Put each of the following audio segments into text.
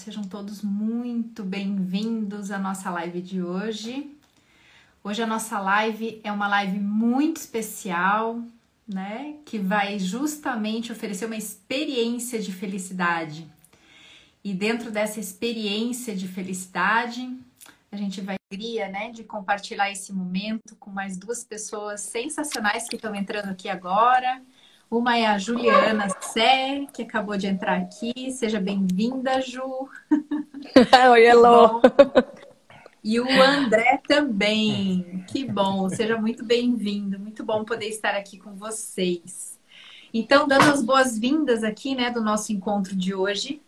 Sejam todos muito bem-vindos à nossa live de hoje. Hoje a nossa live é uma live muito especial, né? Que vai justamente oferecer uma experiência de felicidade. E dentro dessa experiência de felicidade, a gente vai ter a alegria, né, de compartilhar esse momento com mais duas pessoas sensacionais que estão entrando aqui agora. Uma é a Juliana Sé, que acabou de entrar aqui. Seja bem-vinda, Ju. Oi, Elô. E o André também. Que bom, seja muito bem-vindo. Muito bom poder estar aqui com vocês. Então, dando as boas-vindas aqui, né, do nosso encontro de hoje.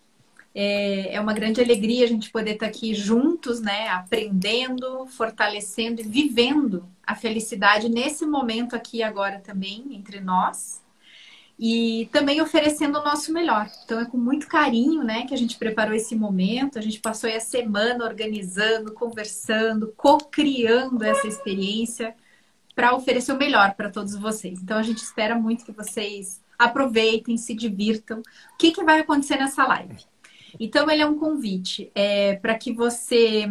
É uma grande alegria a gente poder estar aqui juntos, né, aprendendo, fortalecendo e vivendo a felicidade nesse momento aqui agora também, entre nós. E também oferecendo o nosso melhor. Então é com muito carinho, né, que a gente preparou esse momento. A gente passou aí a semana organizando, conversando, co-criando essa experiência para oferecer o melhor para todos vocês. Então a gente espera muito que vocês aproveitem, se divirtam. O que vai acontecer nessa live? Então ele é um convite para que você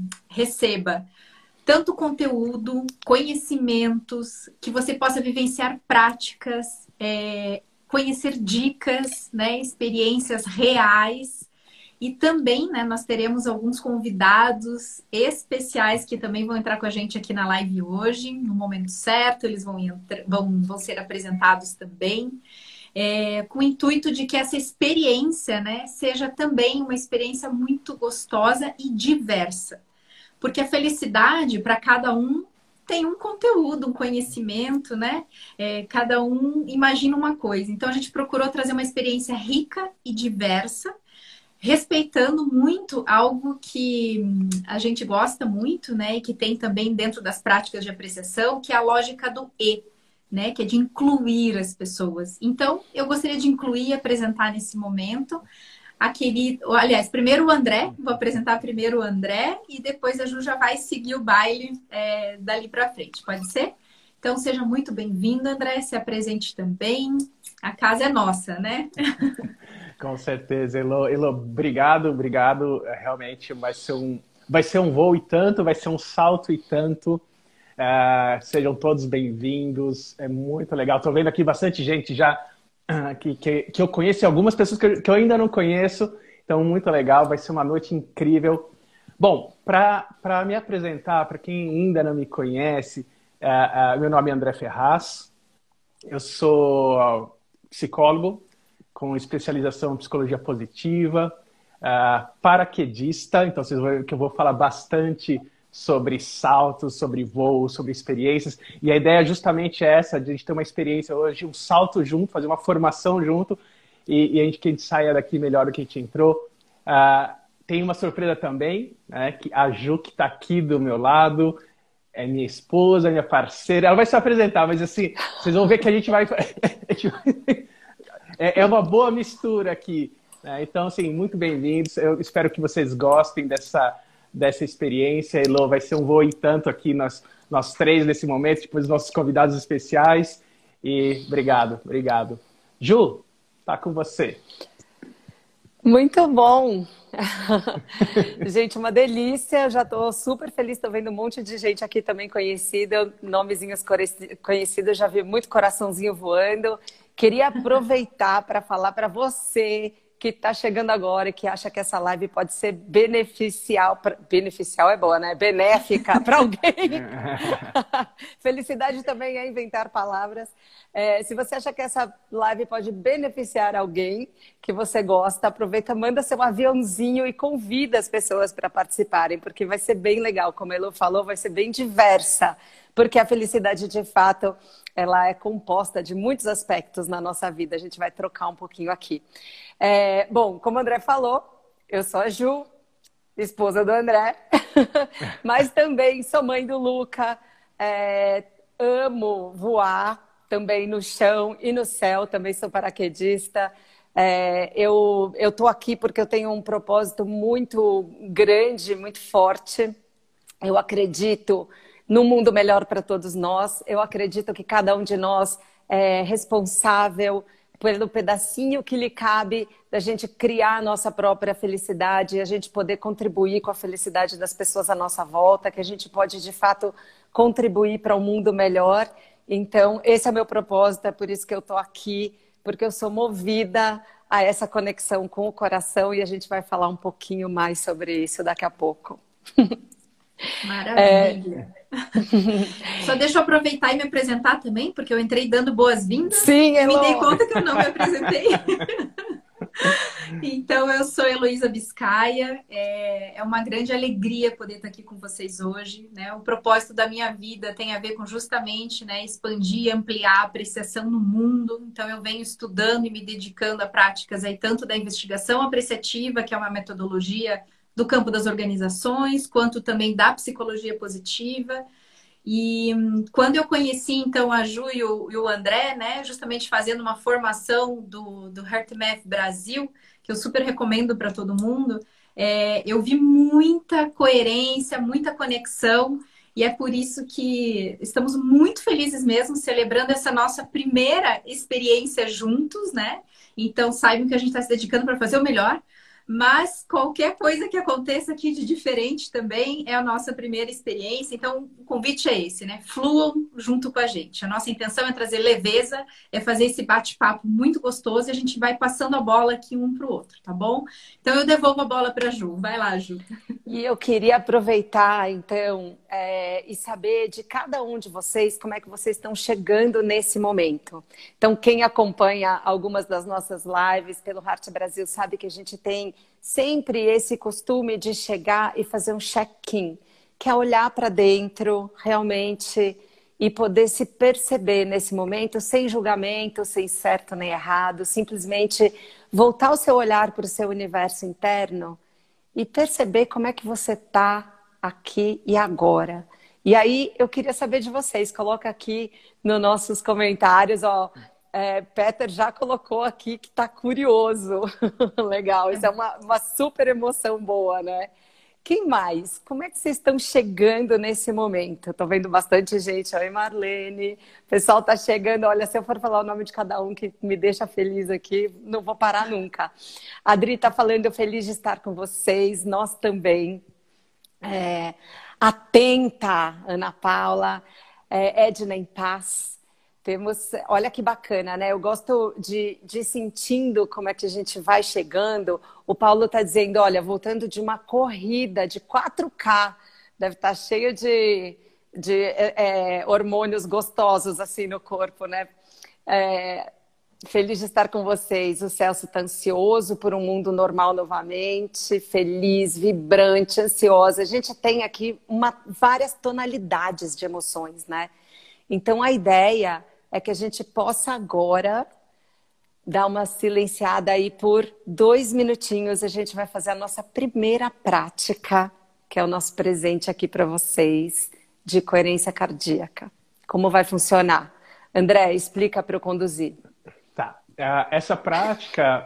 receba tanto conteúdo, conhecimentos, que você possa vivenciar práticas, conhecer dicas, né, experiências reais. E também, né, nós teremos alguns convidados especiais que também vão entrar com a gente aqui na live hoje, no momento certo, eles vão ser apresentados também. Com o intuito de que essa experiência, né, seja também uma experiência muito gostosa e diversa. Porque a felicidade, para cada um, tem um conteúdo, um conhecimento, né? Cada um imagina uma coisa. Então, a gente procurou trazer uma experiência rica e diversa, respeitando muito algo que a gente gosta muito, né? E que tem também dentro das práticas de apreciação, que é a lógica do E, né? Que é de incluir as pessoas. Então, eu gostaria de incluir e apresentar nesse momento aliás, primeiro o André, vou apresentar primeiro o André e depois a Ju já vai seguir o baile dali para frente, pode ser? Então seja muito bem-vindo, André, se apresente também, a casa é nossa, né? Com certeza, Elô, obrigado, realmente vai ser um voo e tanto, vai ser um salto e tanto. Sejam todos bem-vindos, é muito legal, estou vendo aqui bastante gente já que eu conheço e algumas pessoas que eu ainda não conheço, então muito legal, vai ser uma noite incrível. Bom, para me apresentar, para quem ainda não me conhece, meu nome é André Ferraz, eu sou psicólogo com especialização em psicologia positiva, paraquedista, então vocês vão ver que eu vou falar bastante sobre saltos, sobre voos, sobre experiências. E a ideia justamente é essa, de a gente ter uma experiência hoje, um salto junto, fazer uma formação junto, e que a gente saia daqui melhor do que a gente entrou. Tem uma surpresa também, né, que a Ju, que está aqui do meu lado, é minha esposa, minha parceira. Ela vai se apresentar, mas assim, vocês vão ver que a gente vai... é uma boa mistura aqui. Né? Então, assim, muito bem-vindos. Eu espero que vocês gostem dessa experiência. Elô, vai ser um voo e tanto aqui, nós três nesse momento, depois os nossos convidados especiais. E obrigado. Ju, tá com você. Muito bom. Gente, uma delícia. Já estou super feliz, estou vendo um monte de gente aqui também conhecida, nomezinhos conhecidos, já vi muito coraçãozinho voando. Queria aproveitar para falar para você que está chegando agora e que acha que essa live pode ser beneficial é boa, né? Benéfica para alguém. Felicidade também é inventar palavras. Se você acha que essa live pode beneficiar alguém que você gosta, aproveita, manda seu aviãozinho e convida as pessoas para participarem, porque vai ser bem legal. Como a Elô falou, vai ser bem diversa, porque a felicidade, de fato, ela é composta de muitos aspectos na nossa vida. A gente vai trocar um pouquinho aqui. Bom, como o André falou, eu sou a Ju, esposa do André, mas também sou mãe do Luca, amo voar também no chão e no céu, também sou paraquedista. Eu tô aqui porque eu tenho um propósito muito grande, muito forte. Eu acredito num mundo melhor para todos nós. Eu acredito que cada um de nós é responsável pelo pedacinho que lhe cabe da gente criar a nossa própria felicidade, a gente poder contribuir com a felicidade das pessoas à nossa volta, que a gente pode, de fato, contribuir para um mundo melhor. Então, esse é o meu propósito, é por isso que eu estou aqui, porque eu sou movida a essa conexão com o coração e a gente vai falar um pouquinho mais sobre isso daqui a pouco. Maravilha! Só deixa eu aproveitar e me apresentar também, porque eu entrei dando boas-vindas. Sim, e me dei conta que eu não me apresentei. Então, eu sou Heloísa Biscaia. É uma grande alegria poder estar aqui com vocês hoje, né? O propósito da minha vida tem a ver com justamente, né, expandir e ampliar a apreciação no mundo. Então, eu venho estudando e me dedicando a práticas aí, tanto da investigação apreciativa, que é uma metodologia do campo das organizações, quanto também da psicologia positiva. E quando eu conheci, então, a Ju e o André, né, justamente fazendo uma formação do HeartMath Brasil, que eu super recomendo para todo mundo, eu vi muita coerência, muita conexão, e é por isso que estamos muito felizes mesmo, celebrando essa nossa primeira experiência juntos, né? Então, saibam que a gente está se dedicando para fazer o melhor. Mas qualquer coisa que aconteça aqui de diferente também é a nossa primeira experiência. Então, o convite é esse, né? Fluam junto com a gente. A nossa intenção é trazer leveza, é fazer esse bate-papo muito gostoso e a gente vai passando a bola aqui um para o outro, tá bom? Então, eu devolvo a bola para a Ju. Vai lá, Ju. E eu queria aproveitar, então, e saber de cada um de vocês como é que vocês estão chegando nesse momento. Então, quem acompanha algumas das nossas lives pelo Heart Brasil sabe que a gente tem sempre esse costume de chegar e fazer um check-in, que é olhar para dentro realmente e poder se perceber nesse momento sem julgamento, sem certo nem errado, simplesmente voltar o seu olhar para o seu universo interno e perceber como é que você está aqui e agora. E aí eu queria saber de vocês, coloca aqui nos nossos comentários, ó. Peter já colocou aqui que está curioso. Legal, isso é uma super emoção boa, né? Quem mais? Como é que vocês estão chegando nesse momento? Estou vendo bastante gente. Oi, Marlene. O pessoal está chegando. Olha, se eu for falar o nome de cada um que me deixa feliz aqui, não vou parar nunca. A Adri está falando, feliz de estar com vocês. Nós também. Atenta, Ana Paula. Edna em paz. Olha que bacana, né? Eu gosto de sentindo como é que a gente vai chegando. O Paulo está dizendo, olha, voltando de uma corrida de 4K, deve estar cheio de hormônios gostosos assim no corpo, né? Feliz de estar com vocês. O Celso está ansioso por um mundo normal novamente, feliz, vibrante, ansiosa. A gente tem aqui várias tonalidades de emoções, né? Então a ideia é que a gente possa agora dar uma silenciada aí por 2 minutinhos. A gente vai fazer a nossa primeira prática, que é o nosso presente aqui para vocês, de coerência cardíaca. Como vai funcionar? André, explica para eu conduzir. Tá. Essa prática,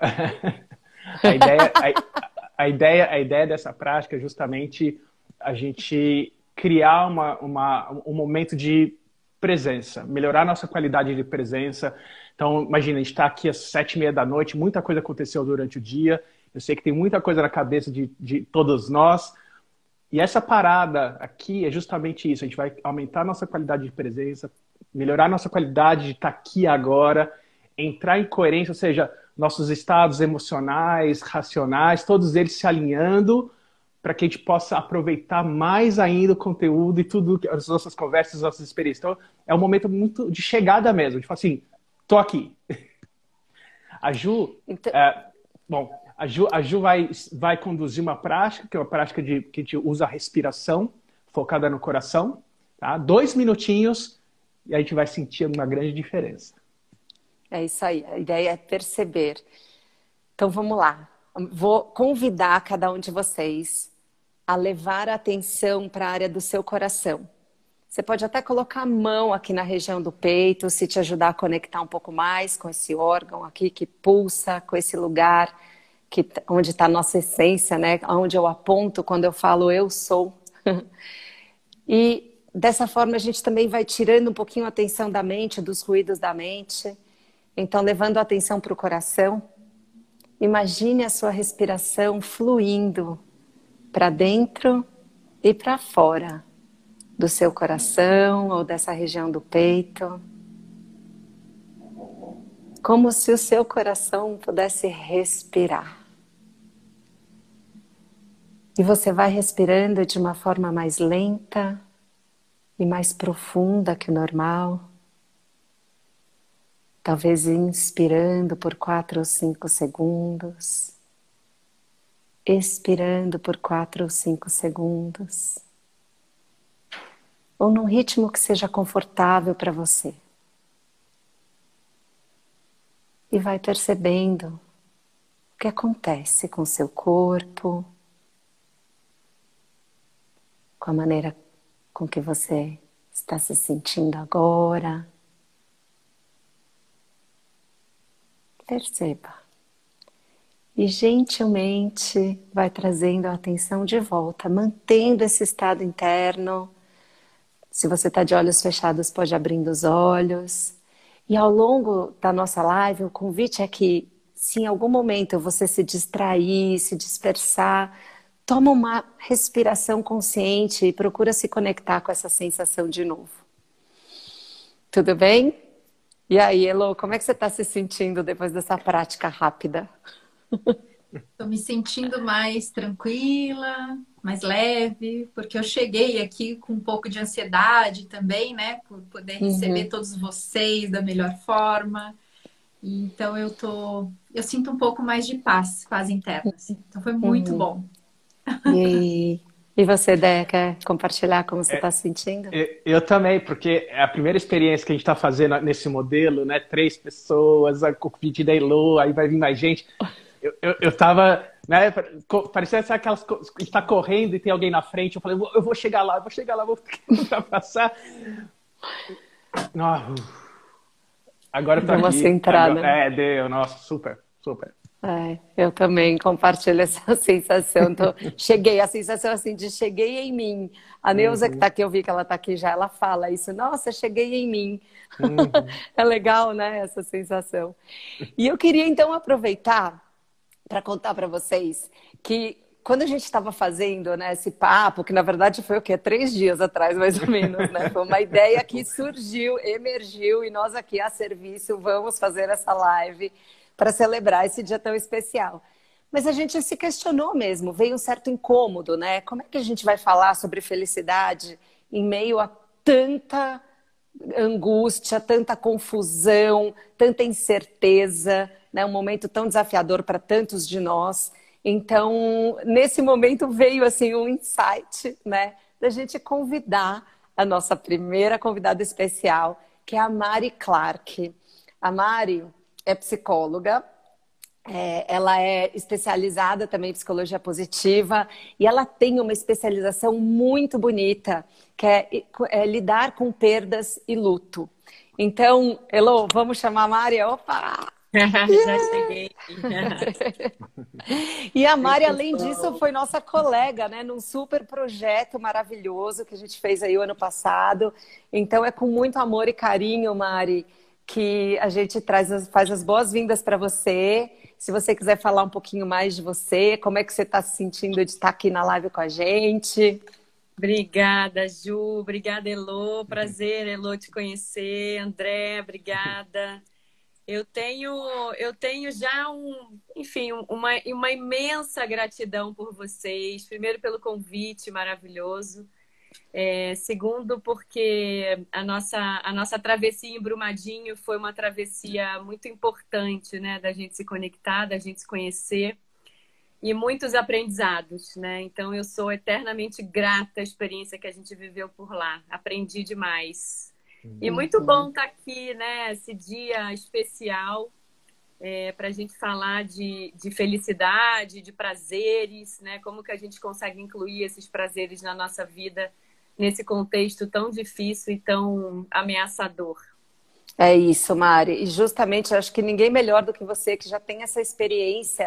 a ideia dessa prática é justamente a gente criar um momento de presença, melhorar nossa qualidade de presença. Então, imagina, a gente está aqui às 7h30 da noite, muita coisa aconteceu durante o dia, eu sei que tem muita coisa na cabeça de todos nós, e essa parada aqui é justamente isso, a gente vai aumentar nossa qualidade de presença, melhorar nossa qualidade de estar aqui agora, entrar em coerência, ou seja, nossos estados emocionais, racionais, todos eles se alinhando, para que a gente possa aproveitar mais ainda o conteúdo e tudo, as nossas conversas, as nossas experiências. Então, é um momento muito de chegada mesmo, de falar assim, tô aqui. A Ju, então... a Ju vai conduzir uma prática, que é uma prática que a gente usa a respiração, focada no coração, tá? 2 minutinhos, e a gente vai sentir uma grande diferença. É isso aí, a ideia é perceber. Então, vamos lá. Vou convidar cada um de vocês a levar a atenção para a área do seu coração. Você pode até colocar a mão aqui na região do peito, se te ajudar a conectar um pouco mais com esse órgão aqui que pulsa, com esse lugar onde está a nossa essência, né? Onde eu aponto quando eu falo eu sou. E dessa forma a gente também vai tirando um pouquinho a atenção da mente, dos ruídos da mente, Então, levando a atenção para o coração, imagine a sua respiração fluindo para dentro e para fora do seu coração ou dessa região do peito. Como se o seu coração pudesse respirar. E você vai respirando de uma forma mais lenta e mais profunda que o normal. Talvez inspirando por 4 ou 5 segundos. Expirando por 4 ou 5 segundos. Ou num ritmo que seja confortável para você. E vai percebendo o que acontece com o seu corpo, com a maneira com que você está se sentindo agora. Perceba. E gentilmente vai trazendo a atenção de volta, mantendo esse estado interno. Se você está de olhos fechados, pode abrindo os olhos. E ao longo da nossa live, o convite é que, se em algum momento você se distrair, se dispersar, toma uma respiração consciente e procura se conectar com essa sensação de novo. Tudo bem? E aí, Elo, como é que você está se sentindo depois dessa prática rápida? Estou me sentindo mais tranquila, mais leve, porque eu cheguei aqui com um pouco de ansiedade também, né? Por poder receber todos vocês da melhor forma. E então eu sinto um pouco mais de paz interna. Assim. Então foi muito bom. E você, Dé, quer compartilhar como você está se sentindo? Eu também, porque é a primeira experiência que a gente está fazendo nesse modelo, né? 3 pessoas, a convite da Elo, aí vai vir mais gente. Eu tava, né? Parecia aquelas coisas, a gente tá correndo e tem alguém na frente. Eu falei, eu vou chegar lá, vou ultrapassar. Agora eu tô aqui. Uma centrada. Deu, nossa, super. Eu também compartilho essa sensação. Cheguei, a sensação assim de cheguei em mim. A Neuza que tá aqui, eu vi que ela tá aqui já, ela fala isso. Nossa, cheguei em mim. É legal, né, essa sensação. E eu queria então aproveitar para contar para vocês que quando a gente estava fazendo, né, esse papo, que na verdade foi o quê? 3 dias atrás, mais ou menos, né? Foi uma ideia que surgiu, emergiu, e nós aqui a serviço vamos fazer essa live para celebrar esse dia tão especial. Mas a gente se questionou mesmo, veio um certo incômodo, né? Como é que a gente vai falar sobre felicidade em meio a tanta angústia, tanta confusão, tanta incerteza, né? Um momento tão desafiador para tantos de nós. Então, nesse momento veio assim um insight, né? Da gente convidar a nossa primeira convidada especial, que é a Mari Clark. A Mari é psicóloga, ela é especializada também em psicologia positiva e ela tem uma especialização muito bonita, que é lidar com perdas e luto. Então, Elo, vamos chamar a Mari? Opa! Já cheguei. E a Mari, além disso, foi nossa colega, né, num super projeto maravilhoso que a gente fez aí o ano passado. Então, é com muito amor e carinho, Mari, que a gente faz as boas-vindas para você. Se você quiser falar um pouquinho mais de você, como é que você está se sentindo de estar aqui na live com a gente? Obrigada, Ju. Obrigada, Elo. Prazer, Elo, te conhecer. André, obrigada. Eu tenho já uma imensa gratidão por vocês. Primeiro, pelo convite maravilhoso. Segundo, porque a nossa travessia em Brumadinho foi uma travessia muito importante, né? Da gente se conectar, da gente se conhecer e muitos aprendizados, né? Então, eu sou eternamente grata à experiência que a gente viveu por lá. Aprendi demais. E muito bom estar aqui, né? Esse dia especial para a gente falar de felicidade, de prazeres, né? Como que a gente consegue incluir esses prazeres na nossa vida nesse contexto tão difícil e tão ameaçador. É isso, Mari. E justamente, eu acho que ninguém melhor do que você, que já tem essa experiência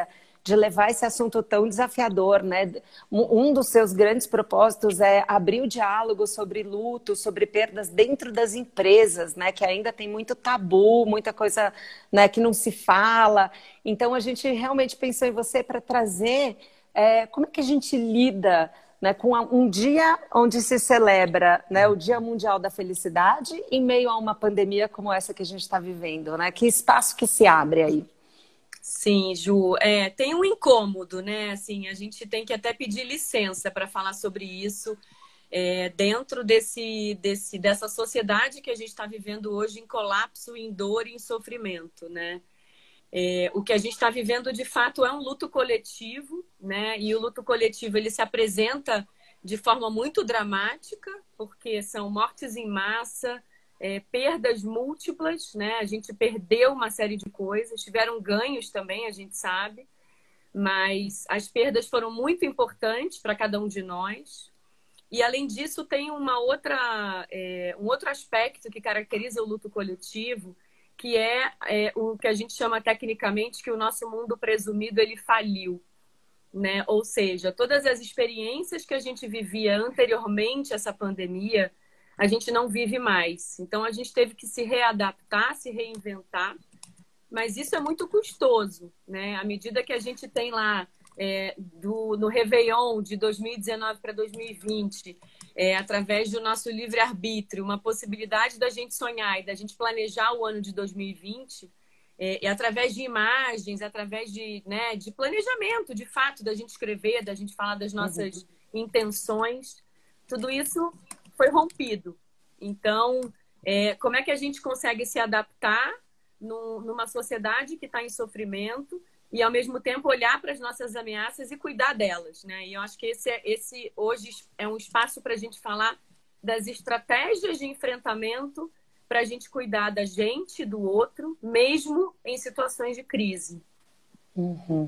de levar esse assunto tão desafiador, né? Um dos seus grandes propósitos é abrir o diálogo sobre luto, sobre perdas dentro das empresas, né? Que ainda tem muito tabu, muita coisa, né, que não se fala. Então, a gente realmente pensou em você para trazer como é que a gente lida, né, com um dia onde se celebra, né, o Dia Mundial da Felicidade em meio a uma pandemia como essa que a gente está vivendo, né? Que espaço que se abre aí? Sim, Ju, tem um incômodo, né? Assim, a gente tem que até pedir licença para falar sobre isso, dentro dessa sociedade que a gente está vivendo hoje em colapso, em dor e em sofrimento, né? O que a gente está vivendo, de fato, é um luto coletivo, né? E o luto coletivo, ele se apresenta de forma muito dramática, porque são mortes em massa, perdas múltiplas, né? A gente perdeu uma série de coisas, tiveram ganhos também, a gente sabe, mas as perdas foram muito importantes para cada um de nós. E, além disso, tem um outro aspecto que caracteriza o luto coletivo, que é o que a gente chama tecnicamente que o nosso mundo presumido ele faliu, né? Ou seja, todas as experiências que a gente vivia anteriormente a essa pandemia, a gente não vive mais. Então, a gente teve que se readaptar, se reinventar, mas isso é muito custoso, né? À medida que a gente tem lá no Réveillon de 2019 para 2020, através do nosso livre-arbítrio, uma possibilidade da gente sonhar e da gente planejar o ano de 2020, e através de imagens, através de planejamento, de fato, da gente escrever, da gente falar das nossas intenções, tudo isso foi rompido. Então, como é que a gente consegue se adaptar numa sociedade que está em sofrimento e, ao mesmo tempo, olhar para as nossas ameaças e cuidar delas, né? E eu acho que esse hoje é um espaço para a gente falar das estratégias de enfrentamento para a gente cuidar da gente, do outro, mesmo em situações de crise. Uhum.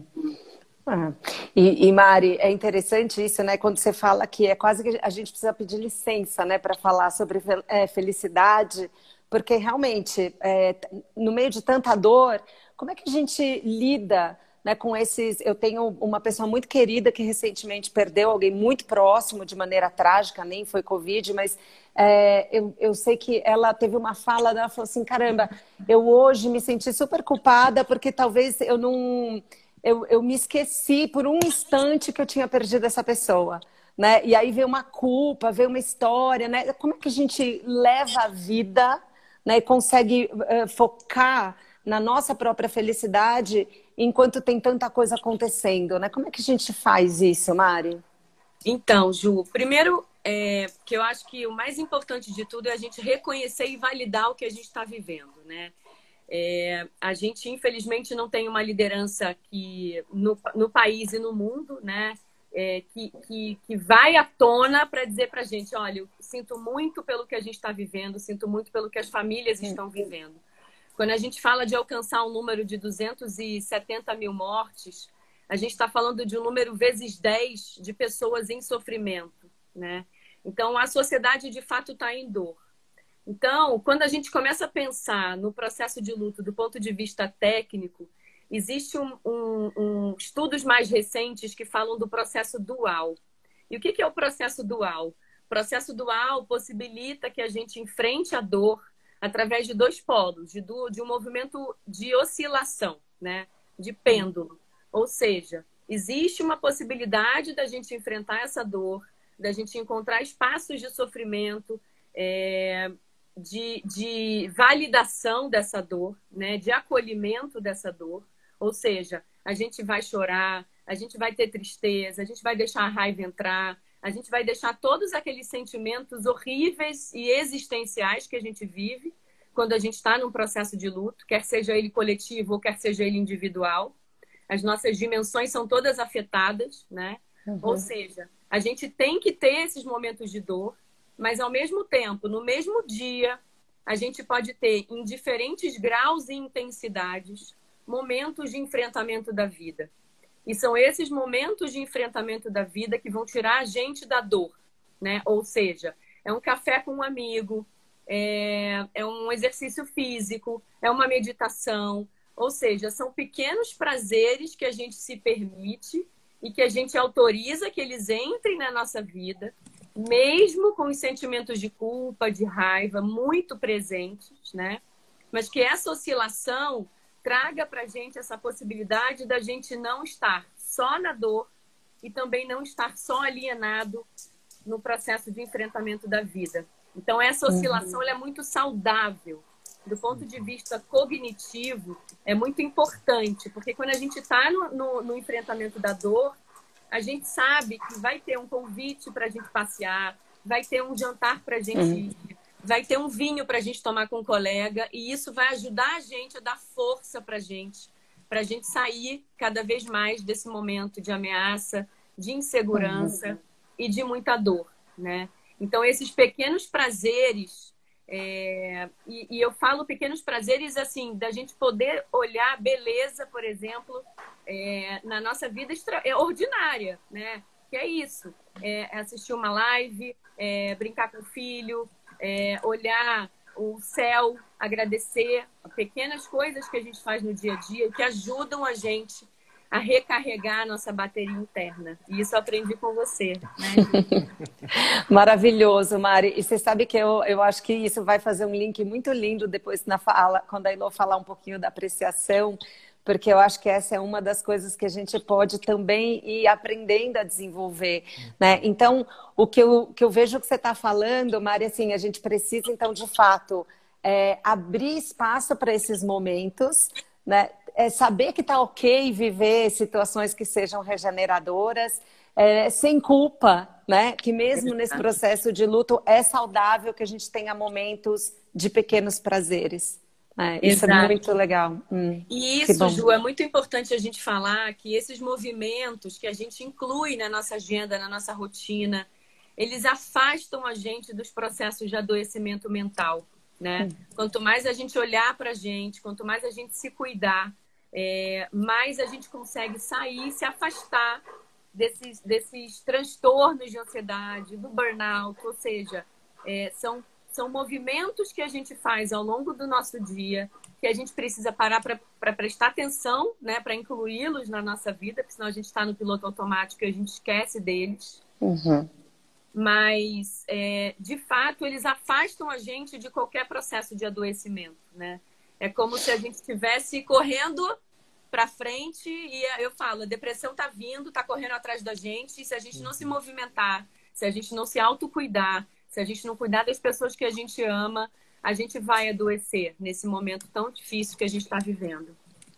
E Mari, é interessante isso, né? Quando você fala que é quase que a gente precisa pedir licença, né, para falar sobre felicidade, porque realmente, no meio de tanta dor, como é que a gente lida, né, com esses... Eu tenho uma pessoa muito querida que recentemente perdeu alguém muito próximo de maneira trágica, nem foi Covid, mas eu sei que ela teve uma fala, ela falou assim, caramba, eu hoje me senti super culpada porque talvez eu não... Eu me esqueci por um instante que eu tinha perdido essa pessoa, né? E aí veio uma culpa, veio uma história, né? Como é que a gente leva a vida, né, e consegue focar na nossa própria felicidade enquanto tem tanta coisa acontecendo, né? Como é que a gente faz isso, Mari? Então, Ju, primeiro, que eu acho que o mais importante de tudo é a gente reconhecer e validar o que a gente está vivendo, né? A gente, infelizmente, não tem uma liderança que, no país e no mundo, né, que vai à tona para dizer para a gente, olha, eu sinto muito pelo que a gente está vivendo, sinto muito pelo que as famílias estão vivendo. Quando a gente fala de alcançar um número de 270 mil mortes, a gente está falando de um número vezes 10 de pessoas em sofrimento, né? Então, a sociedade, de fato, está em dor. Então, quando a gente começa a pensar no processo de luto do ponto de vista técnico, existe estudos mais recentes que falam do processo dual. E o que é o processo dual? O processo dual possibilita que a gente enfrente a dor através de dois polos, de um movimento de oscilação, né? De pêndulo. Ou seja, existe uma possibilidade da gente enfrentar essa dor, da gente encontrar espaços de sofrimento, de validação dessa dor, né? De acolhimento dessa dor. Ou seja, a gente vai chorar, a gente vai ter tristeza, a gente vai deixar a raiva entrar, a gente vai deixar todos aqueles sentimentos horríveis e existenciais que a gente vive quando a gente está num processo de luto, quer seja ele coletivo ou quer seja ele individual. As nossas dimensões são todas afetadas, né? Uhum. Ou seja, a gente tem que ter esses momentos de dor, mas, ao mesmo tempo, no mesmo dia, a gente pode ter, em diferentes graus e intensidades, momentos de enfrentamento da vida. E são esses momentos de enfrentamento da vida que vão tirar a gente da dor, né? Ou seja, é um café com um amigo, é um exercício físico, é uma meditação, Ou seja, são pequenos prazeres que a gente se permite e que a gente autoriza que eles entrem na nossa vida, mesmo com os sentimentos de culpa, de raiva muito presentes, né? Mas que essa oscilação traga para a gente essa possibilidade da gente não estar só na dor e também não estar só alienado no processo de enfrentamento da vida. Então, essa oscilação ela é muito saudável. Do ponto de vista cognitivo, é muito importante, porque quando a gente está no enfrentamento da dor, a gente sabe que vai ter um convite para a gente passear, vai ter um jantar para a gente ir, vai ter um vinho para a gente tomar com um colega, e isso vai ajudar a gente a dar força para a gente sair cada vez mais desse momento de ameaça, de insegurança e de muita dor, né? Então, esses pequenos prazeres, e eu falo pequenos prazeres assim, da gente poder olhar a beleza, por exemplo, na nossa vida ordinária, né? Que é isso, assistir uma live, brincar com o filho, olhar o céu, agradecer, pequenas coisas que a gente faz no dia a dia que ajudam a gente a recarregar a nossa bateria interna. E isso eu aprendi com você, né? Maravilhoso, Mari. E você sabe que eu acho que isso vai fazer um link muito lindo depois na fala, quando a Elô falar um pouquinho da apreciação, porque eu acho que essa é uma das coisas que a gente pode também ir aprendendo a desenvolver, né? Então, o que eu vejo que você está falando, Mari, assim, a gente precisa, então, de fato, abrir espaço para esses momentos, né? Saber que está ok viver situações que sejam regeneradoras, sem culpa, né? Que mesmo nesse processo de luto é saudável que a gente tenha momentos de pequenos prazeres. Isso é muito legal. E isso, Ju, é muito importante a gente falar que esses movimentos que a gente inclui na nossa agenda, na nossa rotina, eles afastam a gente dos processos de adoecimento mental, né? Quanto mais a gente olhar para a gente, quanto mais a gente se cuidar, mais a gente consegue sair, se afastar desses transtornos de ansiedade, do burnout, ou seja, são movimentos que a gente faz ao longo do nosso dia, que a gente precisa parar para prestar atenção, né, para incluí-los na nossa vida, porque senão a gente está no piloto automático e a gente esquece deles. Mas, de fato, eles afastam a gente de qualquer processo de adoecimento, né? É como se a gente estivesse correndo para frente e eu falo, a depressão está vindo, está correndo atrás da gente, e se a gente não se movimentar, se a gente não se autocuidar, se a gente não cuidar das pessoas que a gente ama, a gente vai adoecer nesse momento tão difícil que a gente está vivendo.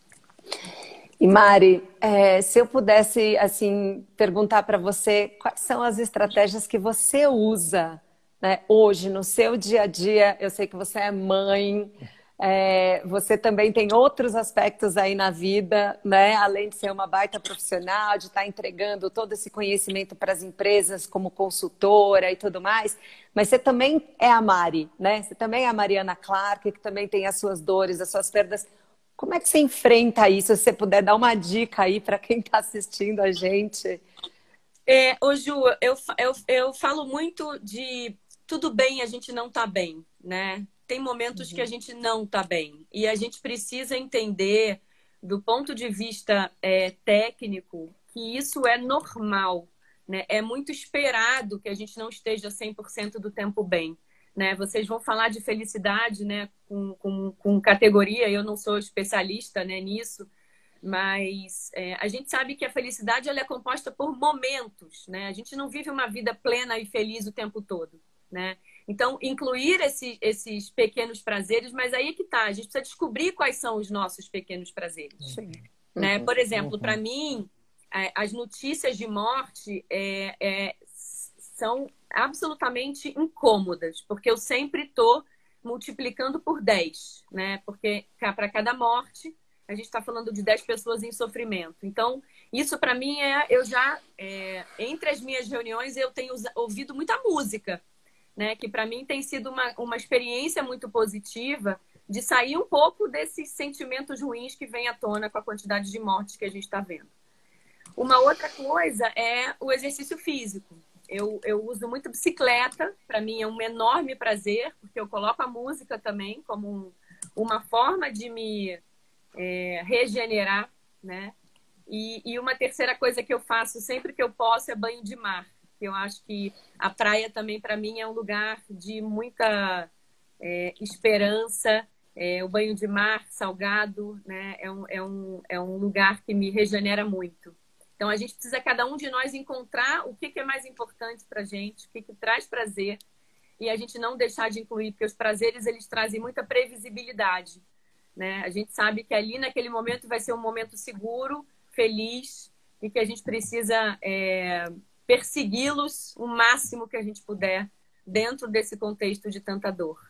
E Mari, se eu pudesse assim perguntar para você quais são as estratégias que você usa, né, hoje no seu dia a dia. Eu sei que você é mãe, você também tem outros aspectos aí na vida, né? Além de ser uma baita profissional, de estar entregando todo esse conhecimento para as empresas como consultora e tudo mais, mas você também é a Mari, né? Você também é a Mariana Clark, que também tem as suas dores, as suas perdas. Como é que você enfrenta isso? Se você puder dar uma dica aí para quem está assistindo a gente. Ô Ju, eu falo muito de tudo bem, a gente não tá bem, né? Tem momentos que a gente não tá bem. E a gente precisa entender, do ponto de vista técnico, que isso é normal, né? É muito esperado que a gente não esteja 100% do tempo bem, né? Vocês vão falar de felicidade, né? Com categoria, eu não sou especialista, né, nisso, mas a gente sabe que a felicidade ela é composta por momentos, né? A gente não vive uma vida plena e feliz o tempo todo, né? Então, incluir esses pequenos prazeres, mas aí que tá, a gente precisa descobrir quais são os nossos pequenos prazeres. Sim. Né? Por exemplo, para mim, as notícias de morte são absolutamente incômodas, porque eu sempre estou multiplicando por 10, né? Porque para cada morte, a gente está falando de 10 pessoas em sofrimento. Então, isso para mim entre as minhas reuniões, eu tenho ouvido muita música, né? Que para mim tem sido uma experiência muito positiva de sair um pouco desses sentimentos ruins que vem à tona com a quantidade de mortes que a gente está vendo. Uma outra coisa é o exercício físico. Eu uso muito bicicleta, para mim é um enorme prazer, porque eu coloco a música também como uma forma de me regenerar, né? E uma terceira coisa que eu faço sempre que eu posso é banho de mar. Eu acho que a praia também, para mim, é um lugar de muita esperança. O banho de mar salgado, né? É um lugar que me regenera muito. Então, a gente precisa, cada um de nós, encontrar o que é mais importante para a gente, o que traz prazer, e a gente não deixar de incluir, porque os prazeres, eles trazem muita previsibilidade, né? A gente sabe que ali, naquele momento, vai ser um momento seguro, feliz, e que a gente precisa persegui-los o máximo que a gente puder dentro desse contexto de tanta dor.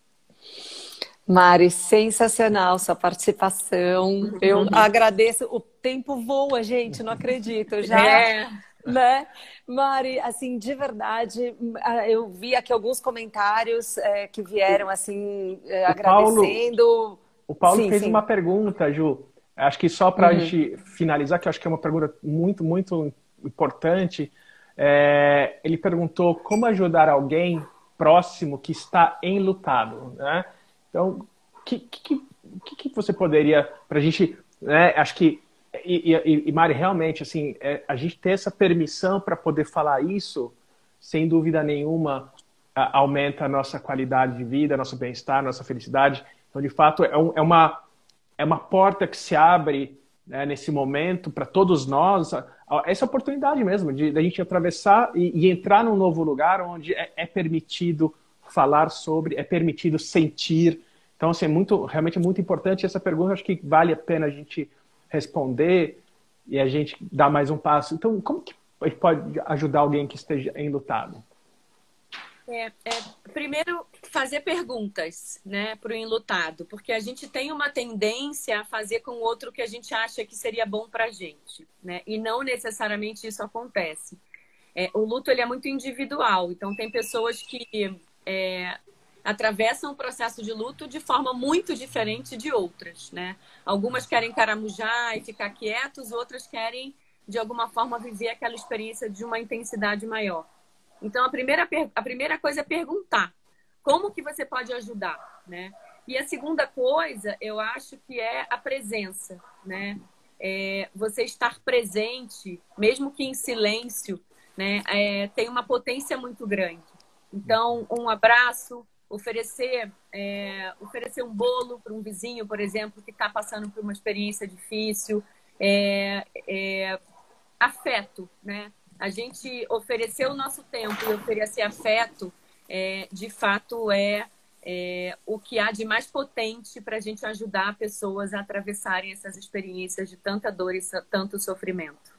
Mari, sensacional sua participação. Eu agradeço. O tempo voa, gente, não acredito. Já, né? Mari, assim, de verdade, eu vi aqui alguns comentários que vieram, assim, agradecendo. O Paulo sim, fez sim. uma pergunta, Ju. Acho que só para a gente finalizar, que eu acho que é uma pergunta muito, muito importante. Ele perguntou como ajudar alguém próximo que está enlutado, né? Então, o que você poderia, para a gente, né, acho que, e Mari, realmente, assim, a gente ter essa permissão para poder falar isso, sem dúvida nenhuma, aumenta a nossa qualidade de vida, nosso bem-estar, nossa felicidade. Então, de fato, é uma porta que se abre, né, nesse momento para todos nós, essa oportunidade mesmo de a gente atravessar e entrar num novo lugar onde é permitido falar sobre, é permitido sentir. Então, assim, realmente é muito importante essa pergunta. Acho que vale a pena a gente responder e a gente dar mais um passo. Então, como que a gente pode ajudar alguém que esteja enlutado? Primeiro, fazer perguntas, né, para o enlutado, porque a gente tem uma tendência a fazer com o outro o que a gente acha que seria bom para a gente, né? E não necessariamente isso acontece. O luto, ele é muito individual, então tem pessoas que atravessam o processo de luto de forma muito diferente de outras, né? Algumas querem caramujar e ficar quietos, outras querem, de alguma forma, viver aquela experiência de uma intensidade maior. Então, a primeira coisa é perguntar como que você pode ajudar, né? E a segunda coisa, eu acho que é a presença, né? Você estar presente, mesmo que em silêncio, né? Tem uma potência muito grande. Então, um abraço, oferecer um bolo para um vizinho, por exemplo, que está passando por uma experiência difícil, afeto, né? A gente oferecer o nosso tempo e oferecer afeto, de fato, o que há de mais potente para a gente ajudar pessoas a atravessarem essas experiências de tanta dor e tanto sofrimento.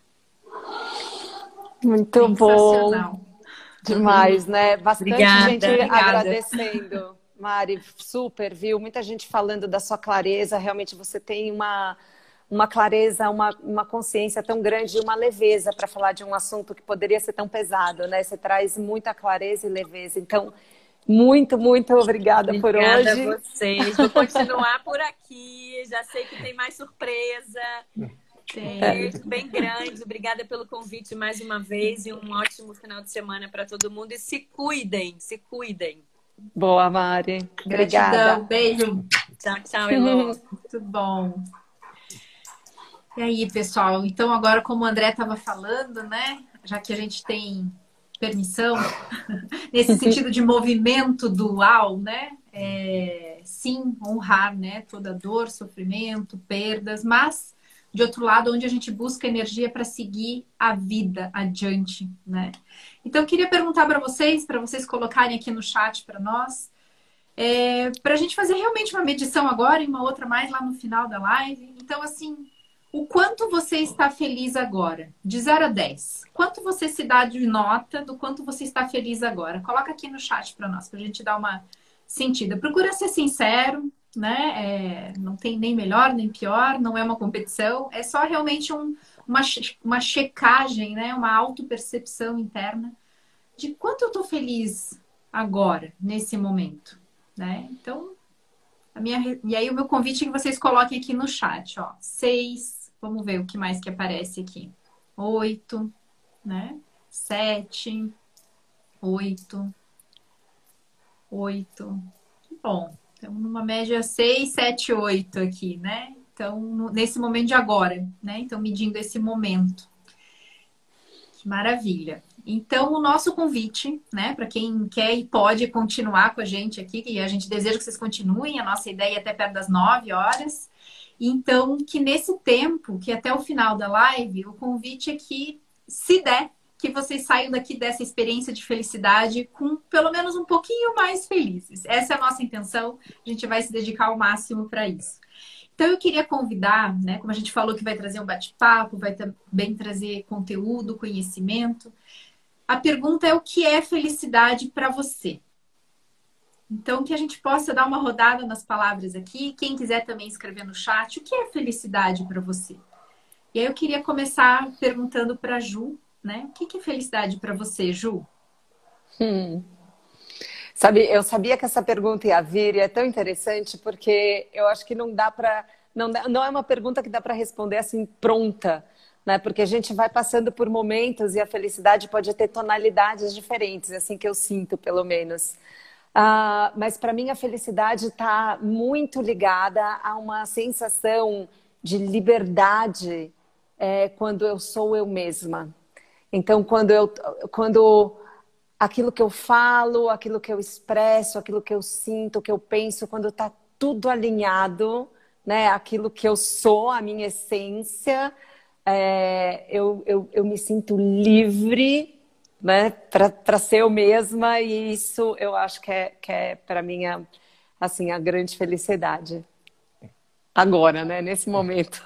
Muito bom. Demais, né? Bastante gente agradecendo. Mari, super, viu? Muita gente falando da sua clareza. Realmente você tem uma clareza, uma consciência tão grande e uma leveza para falar de um assunto que poderia ser tão pesado, né? Você traz muita clareza e leveza. Então, muito, muito obrigada por hoje. Obrigada a vocês. Vou continuar por aqui. Já sei que tem mais surpresa. Um beijo bem grande. Obrigada pelo convite mais uma vez e um ótimo final de semana para todo mundo. E se cuidem, se cuidem. Boa, Mari. Gratidão. Obrigada. Beijo. Tchau, tchau, Elô. Muito bom. E aí, pessoal? Então, agora, como o André estava falando, né? Já que a gente tem permissão, nesse sentido de movimento dual, né? Sim, honrar, né? Toda dor, sofrimento, perdas, mas, de outro lado, onde a gente busca energia para seguir a vida adiante, né? Então, eu queria perguntar para vocês colocarem aqui no chat para nós, para a gente fazer realmente uma medição agora e uma outra mais lá no final da live. Então, assim, o quanto você está feliz agora? De 0 a 10. Quanto você se dá de nota do quanto você está feliz agora? Coloca aqui no chat para nós, para a gente dar uma sentida. Procura ser sincero, né? Não tem nem melhor nem pior, não é uma competição. É só realmente uma checagem, né? Uma autopercepção interna de quanto eu estou feliz agora, nesse momento, né? Então, e aí o meu convite é que vocês coloquem aqui no chat, ó. 6. Vamos ver o que mais que aparece aqui. 8, né? 7, 8. Que bom. Estamos numa média 6, 7, 8 aqui, né? Então, nesse momento de agora, né? Então, medindo esse momento. Que maravilha. Então, o nosso convite, né, para quem quer e pode continuar com a gente aqui, e a gente deseja que vocês continuem, a nossa ideia é até perto das 9 horas. Então, que nesse tempo, que até o final da live, o convite é que, se der, que vocês saiam daqui dessa experiência de felicidade com pelo menos um pouquinho mais felizes. Essa é a nossa intenção, a gente vai se dedicar ao máximo para isso. Então, eu queria convidar, né, como a gente falou que vai trazer um bate-papo, vai também trazer conteúdo, conhecimento. A pergunta é: o que é felicidade para você? Então, que a gente possa dar uma rodada nas palavras aqui. Quem quiser também escrever no chat, o que é felicidade para você? E aí eu queria começar perguntando para a Ju, né? O que é felicidade para você, Ju? Sabe, eu sabia que essa pergunta ia vir e é tão interessante porque eu acho que não dá para... Não é uma pergunta que dá para responder assim pronta, né? Porque a gente vai passando por momentos e a felicidade pode ter tonalidades diferentes, assim que eu sinto, pelo menos. Mas para mim a felicidade está muito ligada a uma sensação de liberdade quando eu sou eu mesma. Então, quando aquilo que eu falo, aquilo que eu expresso, aquilo que eu sinto, o que eu penso, quando está tudo alinhado, né? Aquilo que eu sou, a minha essência, eu me sinto livre, né? Para ser eu mesma, e isso eu acho que é para mim assim, a grande felicidade. Agora, né? Nesse momento.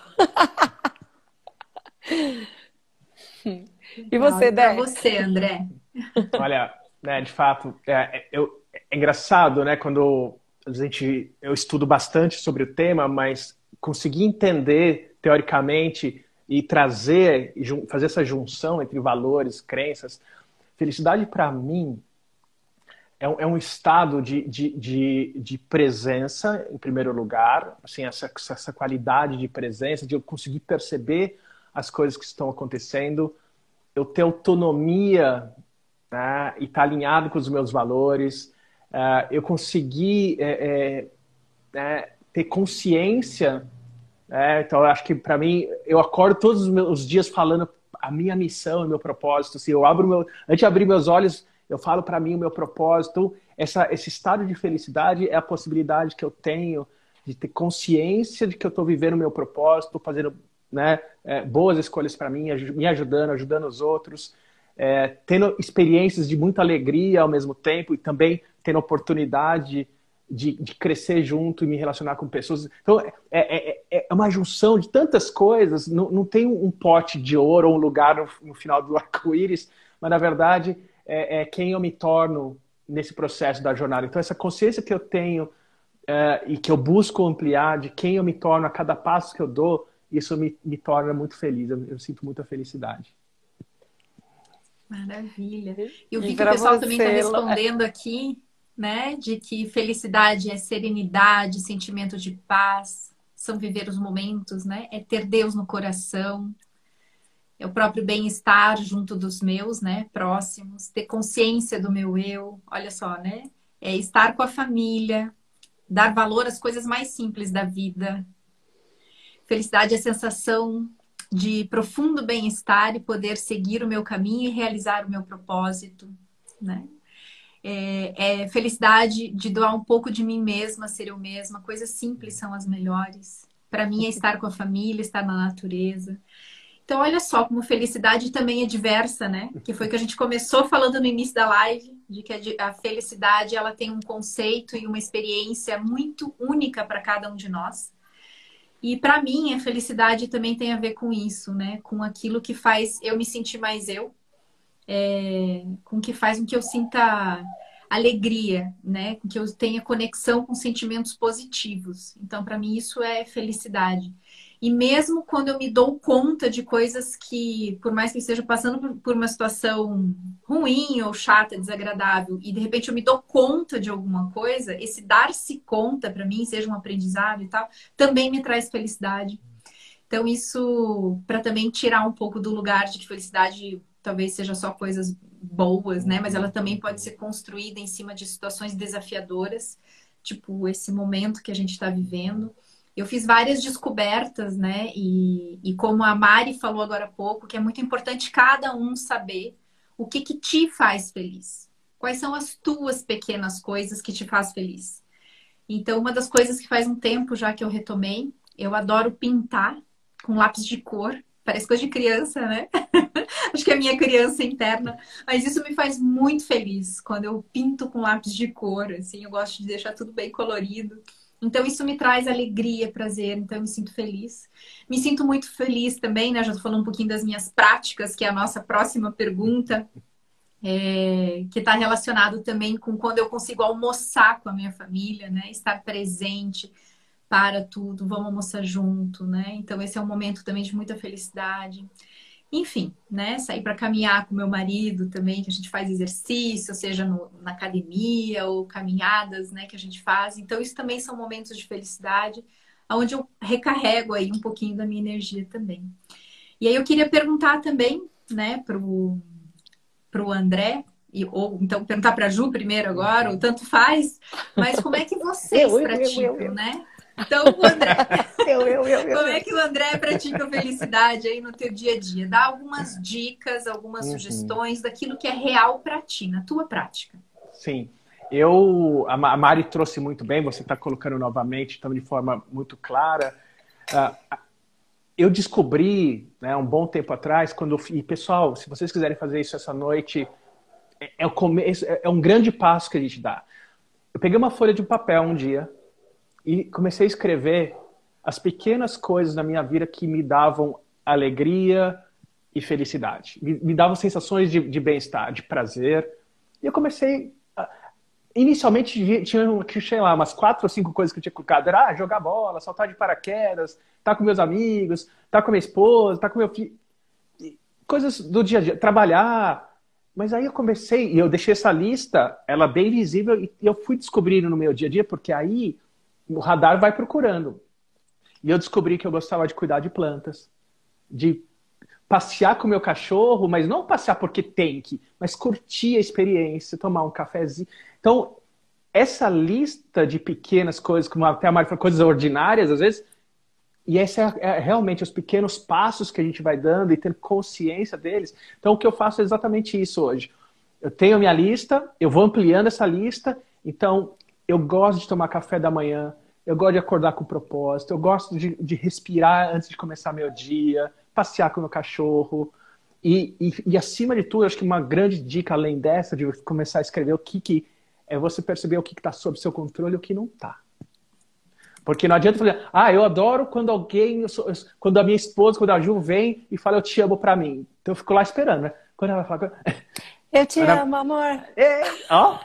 E você, Dé? Para você, André. Olha, né, de fato, é engraçado, né, quando eu estudo bastante sobre o tema, mas conseguir entender teoricamente e trazer, fazer essa junção entre valores, crenças. Felicidade, para mim, é um estado de presença, em primeiro lugar, assim, essa qualidade de presença, de eu conseguir perceber as coisas que estão acontecendo, eu ter autonomia, né, e estar alinhado com os meus valores, eu conseguir ter consciência. Então, eu acho que, para mim, eu acordo todos os dias falando a minha missão, o meu propósito. Assim, antes de abrir meus olhos, eu falo para mim o meu propósito. Esse estado de felicidade é a possibilidade que eu tenho de ter consciência de que eu estou vivendo o meu propósito, fazendo, né, boas escolhas para mim, me ajudando os outros, tendo experiências de muita alegria ao mesmo tempo e também tendo oportunidade de crescer junto e me relacionar com pessoas. Então, é uma junção de tantas coisas. Não tem um pote de ouro ou um lugar no final do arco-íris, mas, na verdade, é quem eu me torno nesse processo da jornada. Então, essa consciência que eu tenho e que eu busco ampliar de quem eu me torno a cada passo que eu dou, isso me torna muito feliz. Eu sinto muita felicidade. Maravilha. Eu vi que o pessoal também está respondendo aqui, né, de que felicidade é serenidade, sentimento de paz, são viver os momentos, né, é ter Deus no coração, é o próprio bem-estar junto dos meus, né, próximos, ter consciência do meu eu, olha só, né, é estar com a família, dar valor às coisas mais simples da vida. Felicidade é a sensação de profundo bem-estar e poder seguir o meu caminho e realizar o meu propósito, né? Felicidade de doar um pouco de mim mesma, ser eu mesma. Coisas simples são as melhores. Para mim é estar com a família, estar na natureza. Então, olha só como felicidade também é diversa, né? Que foi que a gente começou falando no início da live, de que a felicidade ela tem um conceito e uma experiência muito única para cada um de nós. E para mim, a felicidade também tem a ver com isso, né? Com aquilo que faz eu me sentir mais eu. Com que faz com que eu sinta alegria, né? Com que eu tenha conexão com sentimentos positivos. Então, para mim, isso é felicidade. E mesmo quando eu me dou conta de coisas que, por mais que eu esteja passando por uma situação ruim ou chata, desagradável, e de repente eu me dou conta de alguma coisa, esse dar-se conta, para mim, seja um aprendizado e tal, também me traz felicidade. Então, isso, para também tirar um pouco do lugar de que felicidade talvez seja só coisas boas, né? Mas ela também pode ser construída em cima de situações desafiadoras, tipo esse momento que a gente está vivendo. Eu fiz várias descobertas, né? E como a Mari falou agora há pouco, que é muito importante cada um saber o que que te faz feliz. Quais são as tuas pequenas coisas que te faz feliz? Então, uma das coisas que faz um tempo já que eu retomei, eu adoro pintar com lápis de cor. Parece coisa de criança, né? Acho que é a minha criança interna. Mas isso me faz muito feliz quando eu pinto com lápis de cor, assim. Eu gosto de deixar tudo bem colorido. Então, isso me traz alegria, prazer. Então, eu me sinto feliz. Me sinto muito feliz também, né? Já tô falando um pouquinho das minhas práticas, que é a nossa próxima pergunta. Que está relacionado também com quando eu consigo almoçar com a minha família, né? Estar presente para tudo, vamos almoçar junto, né? Então esse é um momento também de muita felicidade. Enfim, né? Sair para caminhar com meu marido também, que a gente faz exercício, seja na academia ou caminhadas, né? Que a gente faz. Então isso também são momentos de felicidade, onde eu recarrego aí um pouquinho da minha energia também. E aí eu queria perguntar também, né? Para o André, ou então perguntar para a Ju primeiro agora, ou tanto faz, mas como é que vocês praticam, né? Então, o André, como é que o André pratica a felicidade aí no teu dia a dia? Dá algumas dicas, algumas sugestões daquilo que é real para ti, na tua prática. Sim. A Mari trouxe muito bem, você está colocando novamente, então, de forma muito clara. Eu descobri, né, um bom tempo atrás, e pessoal, se vocês quiserem fazer isso essa noite, é um grande passo que a gente dá. Eu peguei uma folha de papel um dia e comecei a escrever as pequenas coisas na minha vida que me davam alegria e felicidade. Me davam sensações de bem-estar, de prazer. E eu comecei... Inicialmente tinha, sei lá, umas 4 ou 5 coisas que eu tinha colocado. Era jogar bola, saltar de paraquedas, estar com meus amigos, estar com minha esposa, estar com meu filho. Coisas do dia a dia. Trabalhar. Mas aí eu comecei, e eu deixei essa lista, ela bem visível, e eu fui descobrindo no meu dia a dia, porque aí o radar vai procurando. E eu descobri que eu gostava de cuidar de plantas, de passear com o meu cachorro, mas não passear porque tem que, mas curtir a experiência, tomar um cafezinho. Então, essa lista de pequenas coisas, como até a Mari falou, coisas ordinárias, às vezes, e essa é realmente os pequenos passos que a gente vai dando e tendo consciência deles. Então, o que eu faço é exatamente isso hoje. Eu tenho a minha lista, eu vou ampliando essa lista, então, eu gosto de tomar café da manhã, eu gosto de acordar com propósito, eu gosto de respirar antes de começar meu dia, passear com o meu cachorro. E acima de tudo, acho que uma grande dica além dessa, de começar a escrever o que é você perceber o que está sob seu controle e o que não está. Porque não adianta falar, eu adoro quando quando a minha esposa, quando a Ju vem e fala eu te amo pra mim. Então eu fico lá esperando, né? Quando ela fala... Eu te amo, amor. Ó.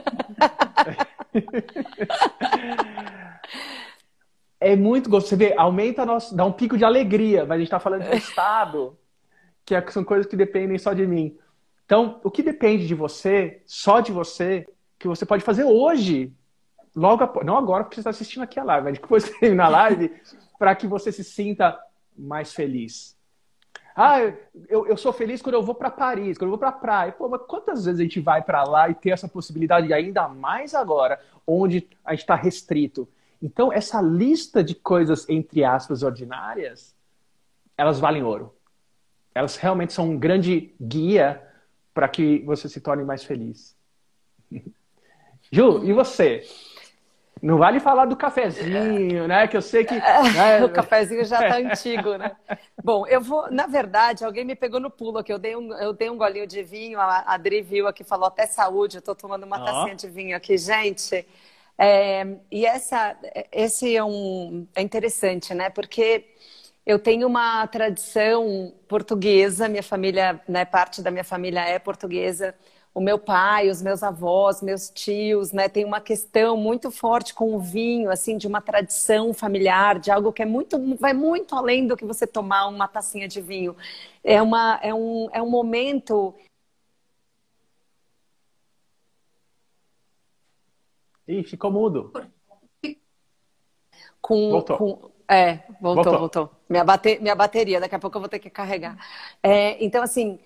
É muito gostoso. Você vê, aumenta dá um pico de alegria, mas a gente tá falando de um estado são coisas que dependem só de mim. Então, o que depende de você, só de você, que você pode fazer hoje, não agora porque você está assistindo aqui a live, mas depois que terminar a live, para que você se sinta mais feliz. Eu sou feliz quando eu vou para Paris, quando eu vou para a praia. Pô, mas quantas vezes a gente vai para lá e ter essa possibilidade, e ainda mais agora, onde a gente está restrito? Então, essa lista de coisas, entre aspas, ordinárias, elas valem ouro. Elas realmente são um grande guia para que você se torne mais feliz. Ju, e você? Não vale falar do cafezinho, né? Que eu sei que... Né? O cafezinho já tá antigo, né? Bom, eu vou... Na verdade, alguém me pegou no pulo aqui. Eu dei um golinho de vinho, a Adri viu aqui, falou até saúde. Eu tô tomando uma tacinha de vinho aqui, gente. E esse é interessante, né? Porque eu tenho uma tradição portuguesa, minha família, né? Parte da minha família é portuguesa. O meu pai, os meus avós, meus tios, né, tem uma questão muito forte com o vinho, assim, de uma tradição familiar, de algo que vai muito além do que você tomar uma tacinha de vinho. É um momento... Ih, ficou mudo. Voltou. Minha bateria, daqui a pouco eu vou ter que carregar. Então, assim...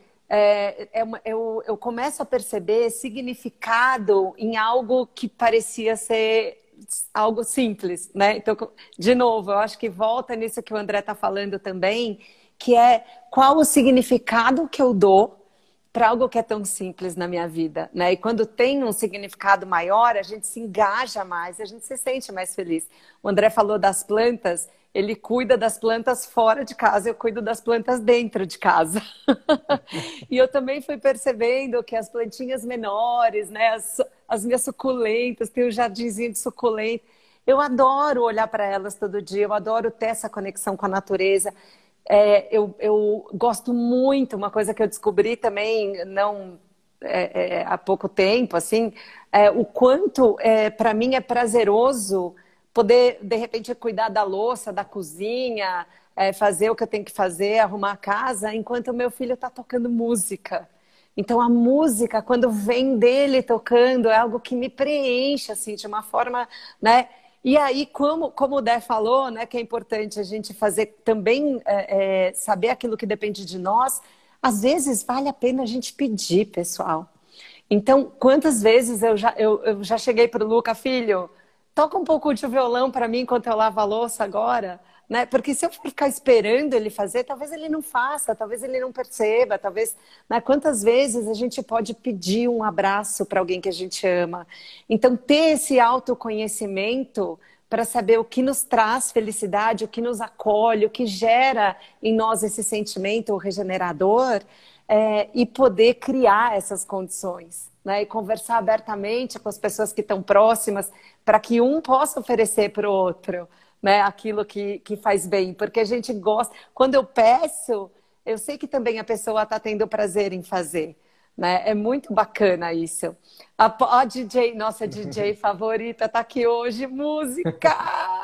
eu começo a perceber significado em algo que parecia ser algo simples, né? Então, de novo, eu acho que volta nisso que o André está falando também, que é qual o significado que eu dou para algo que é tão simples na minha vida, né? E quando tem um significado maior, a gente se engaja mais, a gente se sente mais feliz. O André falou das plantas, ele cuida das plantas fora de casa, eu cuido das plantas dentro de casa. E eu também fui percebendo que as plantinhas menores, né, as minhas suculentas, tem um jardinzinho de suculenta, eu adoro olhar para elas todo dia, eu adoro ter essa conexão com a natureza. Eu gosto muito, uma coisa que eu descobri também não há pouco tempo, assim, o quanto para mim é prazeroso poder, de repente, cuidar da louça, da cozinha, fazer o que eu tenho que fazer, arrumar a casa, enquanto o meu filho está tocando música. Então, a música, quando vem dele tocando, é algo que me preenche, assim, de uma forma, né? E aí, como o Dé falou, né, que é importante a gente fazer também, saber aquilo que depende de nós, às vezes vale a pena a gente pedir, pessoal. Então, quantas vezes eu já cheguei para o Luca, filho, toca um pouco de violão para mim enquanto eu lavo a louça agora, né? Porque se eu for ficar esperando ele fazer, talvez ele não faça, talvez ele não perceba, talvez... Né? Quantas vezes a gente pode pedir um abraço para alguém que a gente ama? Então, ter esse autoconhecimento para saber o que nos traz felicidade, o que nos acolhe, o que gera em nós esse sentimento regenerador, e poder criar essas condições, né? E conversar abertamente com as pessoas que estão próximas para que um possa oferecer para o outro, né, aquilo que faz bem, porque a gente gosta. Quando eu peço, eu sei que também a pessoa está tendo prazer em fazer, né? É muito bacana isso. A DJ, nossa DJ favorita, está aqui hoje, música!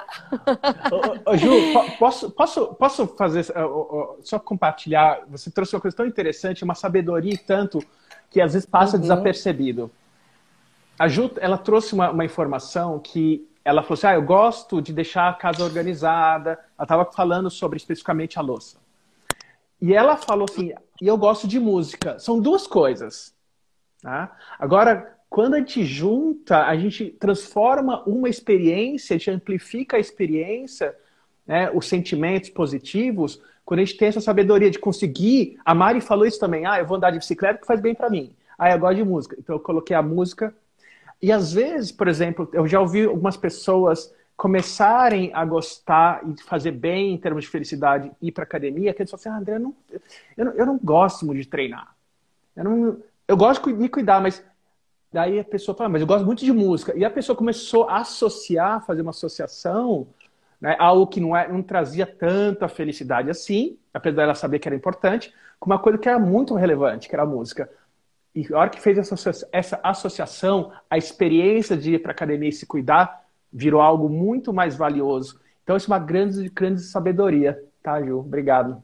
Ju, posso fazer, só compartilhar? Você trouxe uma coisa tão interessante, uma sabedoria e tanto, que às vezes passa desapercebido. A Ju, ela trouxe uma informação que ela falou assim, eu gosto de deixar a casa organizada. Ela estava falando sobre especificamente a louça. E ela falou assim, e eu gosto de música. São duas coisas. Tá? Agora, quando a gente junta, a gente transforma uma experiência, a gente amplifica a experiência, né, os sentimentos positivos, quando a gente tem essa sabedoria de conseguir... A Mari falou isso também, eu vou andar de bicicleta que faz bem para mim. Eu gosto de música. Então eu coloquei a música. E às vezes, por exemplo, eu já ouvi algumas pessoas começarem a gostar e fazer bem em termos de felicidade e ir para academia, que eles falam assim, André, eu não gosto muito de treinar. Eu gosto de me cuidar, mas daí a pessoa fala, mas eu gosto muito de música. E a pessoa começou a associar, fazer uma associação, né, algo que não trazia tanta felicidade assim, apesar dela saber que era importante, com uma coisa que era muito relevante, que era a música. E a hora que fez essa associação, a experiência de ir para a academia e se cuidar virou algo muito mais valioso. Então, isso é uma grande sabedoria, tá, Ju? Obrigado.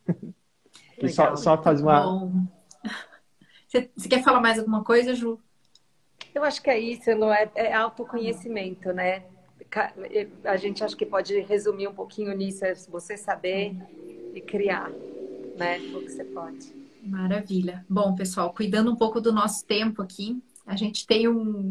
E só fazer uma... Bom. Você quer falar mais alguma coisa, Ju? Eu acho que é isso, Elô, é autoconhecimento, né? A gente acho que pode resumir um pouquinho nisso, é você saber e criar, né? O que você pode. Maravilha. Bom, pessoal, cuidando um pouco do nosso tempo aqui, a gente tem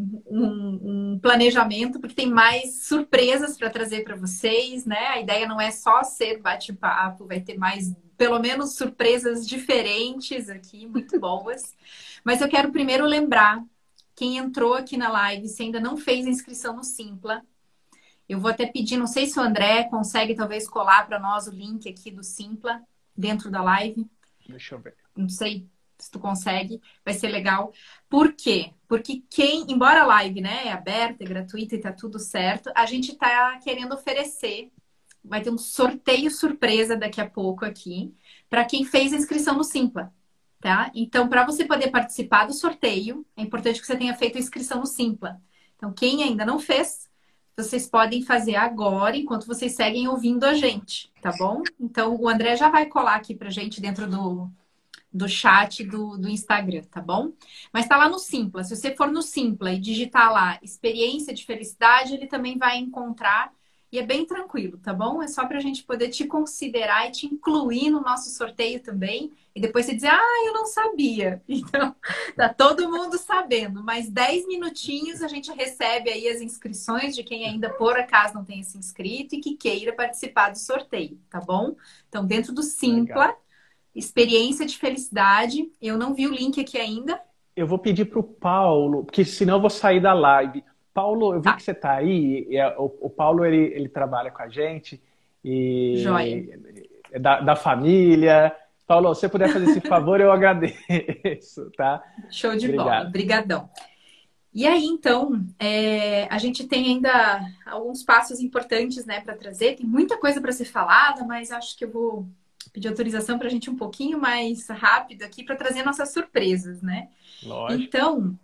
um planejamento, porque tem mais surpresas para trazer para vocês, né? A ideia não é só ser bate-papo, vai ter mais, pelo menos, surpresas diferentes aqui, muito boas. Mas eu quero primeiro lembrar, quem entrou aqui na live, se ainda não fez a inscrição no Simpla, eu vou até pedir, não sei se o André consegue talvez colar para nós o link aqui do Simpla dentro da live. Deixa eu ver. Não sei se tu consegue, vai ser legal. Por quê? Porque embora a live, né, é aberta, é gratuita e tá tudo certo, a gente tá querendo oferecer, vai ter um sorteio surpresa daqui a pouco aqui, para quem fez a inscrição no Simpla, tá? Então, para você poder participar do sorteio, é importante que você tenha feito a inscrição no Simpla. Então, quem ainda não fez, vocês podem fazer agora, enquanto vocês seguem ouvindo a gente, tá bom? Então, o André já vai colar aqui pra gente dentro do chat do Instagram, tá bom? Mas tá lá no Simpla. Se você for no Simpla e digitar lá experiência de felicidade, ele também vai encontrar e é bem tranquilo, tá bom? É só para a gente poder te considerar e te incluir no nosso sorteio também. E depois você dizer, ah, eu não sabia. Então, tá todo mundo sabendo. Mais 10 minutinhos a gente recebe aí as inscrições de quem ainda por acaso não tenha se inscrito e que queira participar do sorteio, tá bom? Então, dentro do Legal. Simpla, experiência de felicidade. Eu não vi o link aqui ainda. Eu vou pedir para o Paulo, porque senão eu vou sair da live. Paulo, eu vi Tá, que você está aí. O Paulo, ele trabalha com a gente joia. e é da família. Paulo, se você puder fazer esse favor, eu agradeço, tá? Show de bola. Obrigado. Brigadão. E aí, então, a gente tem ainda alguns passos importantes, né, para trazer. Tem muita coisa para ser falada, mas acho que eu vou pedir autorização para a gente um pouquinho mais rápido aqui para trazer nossas surpresas, né? Lógico. Então,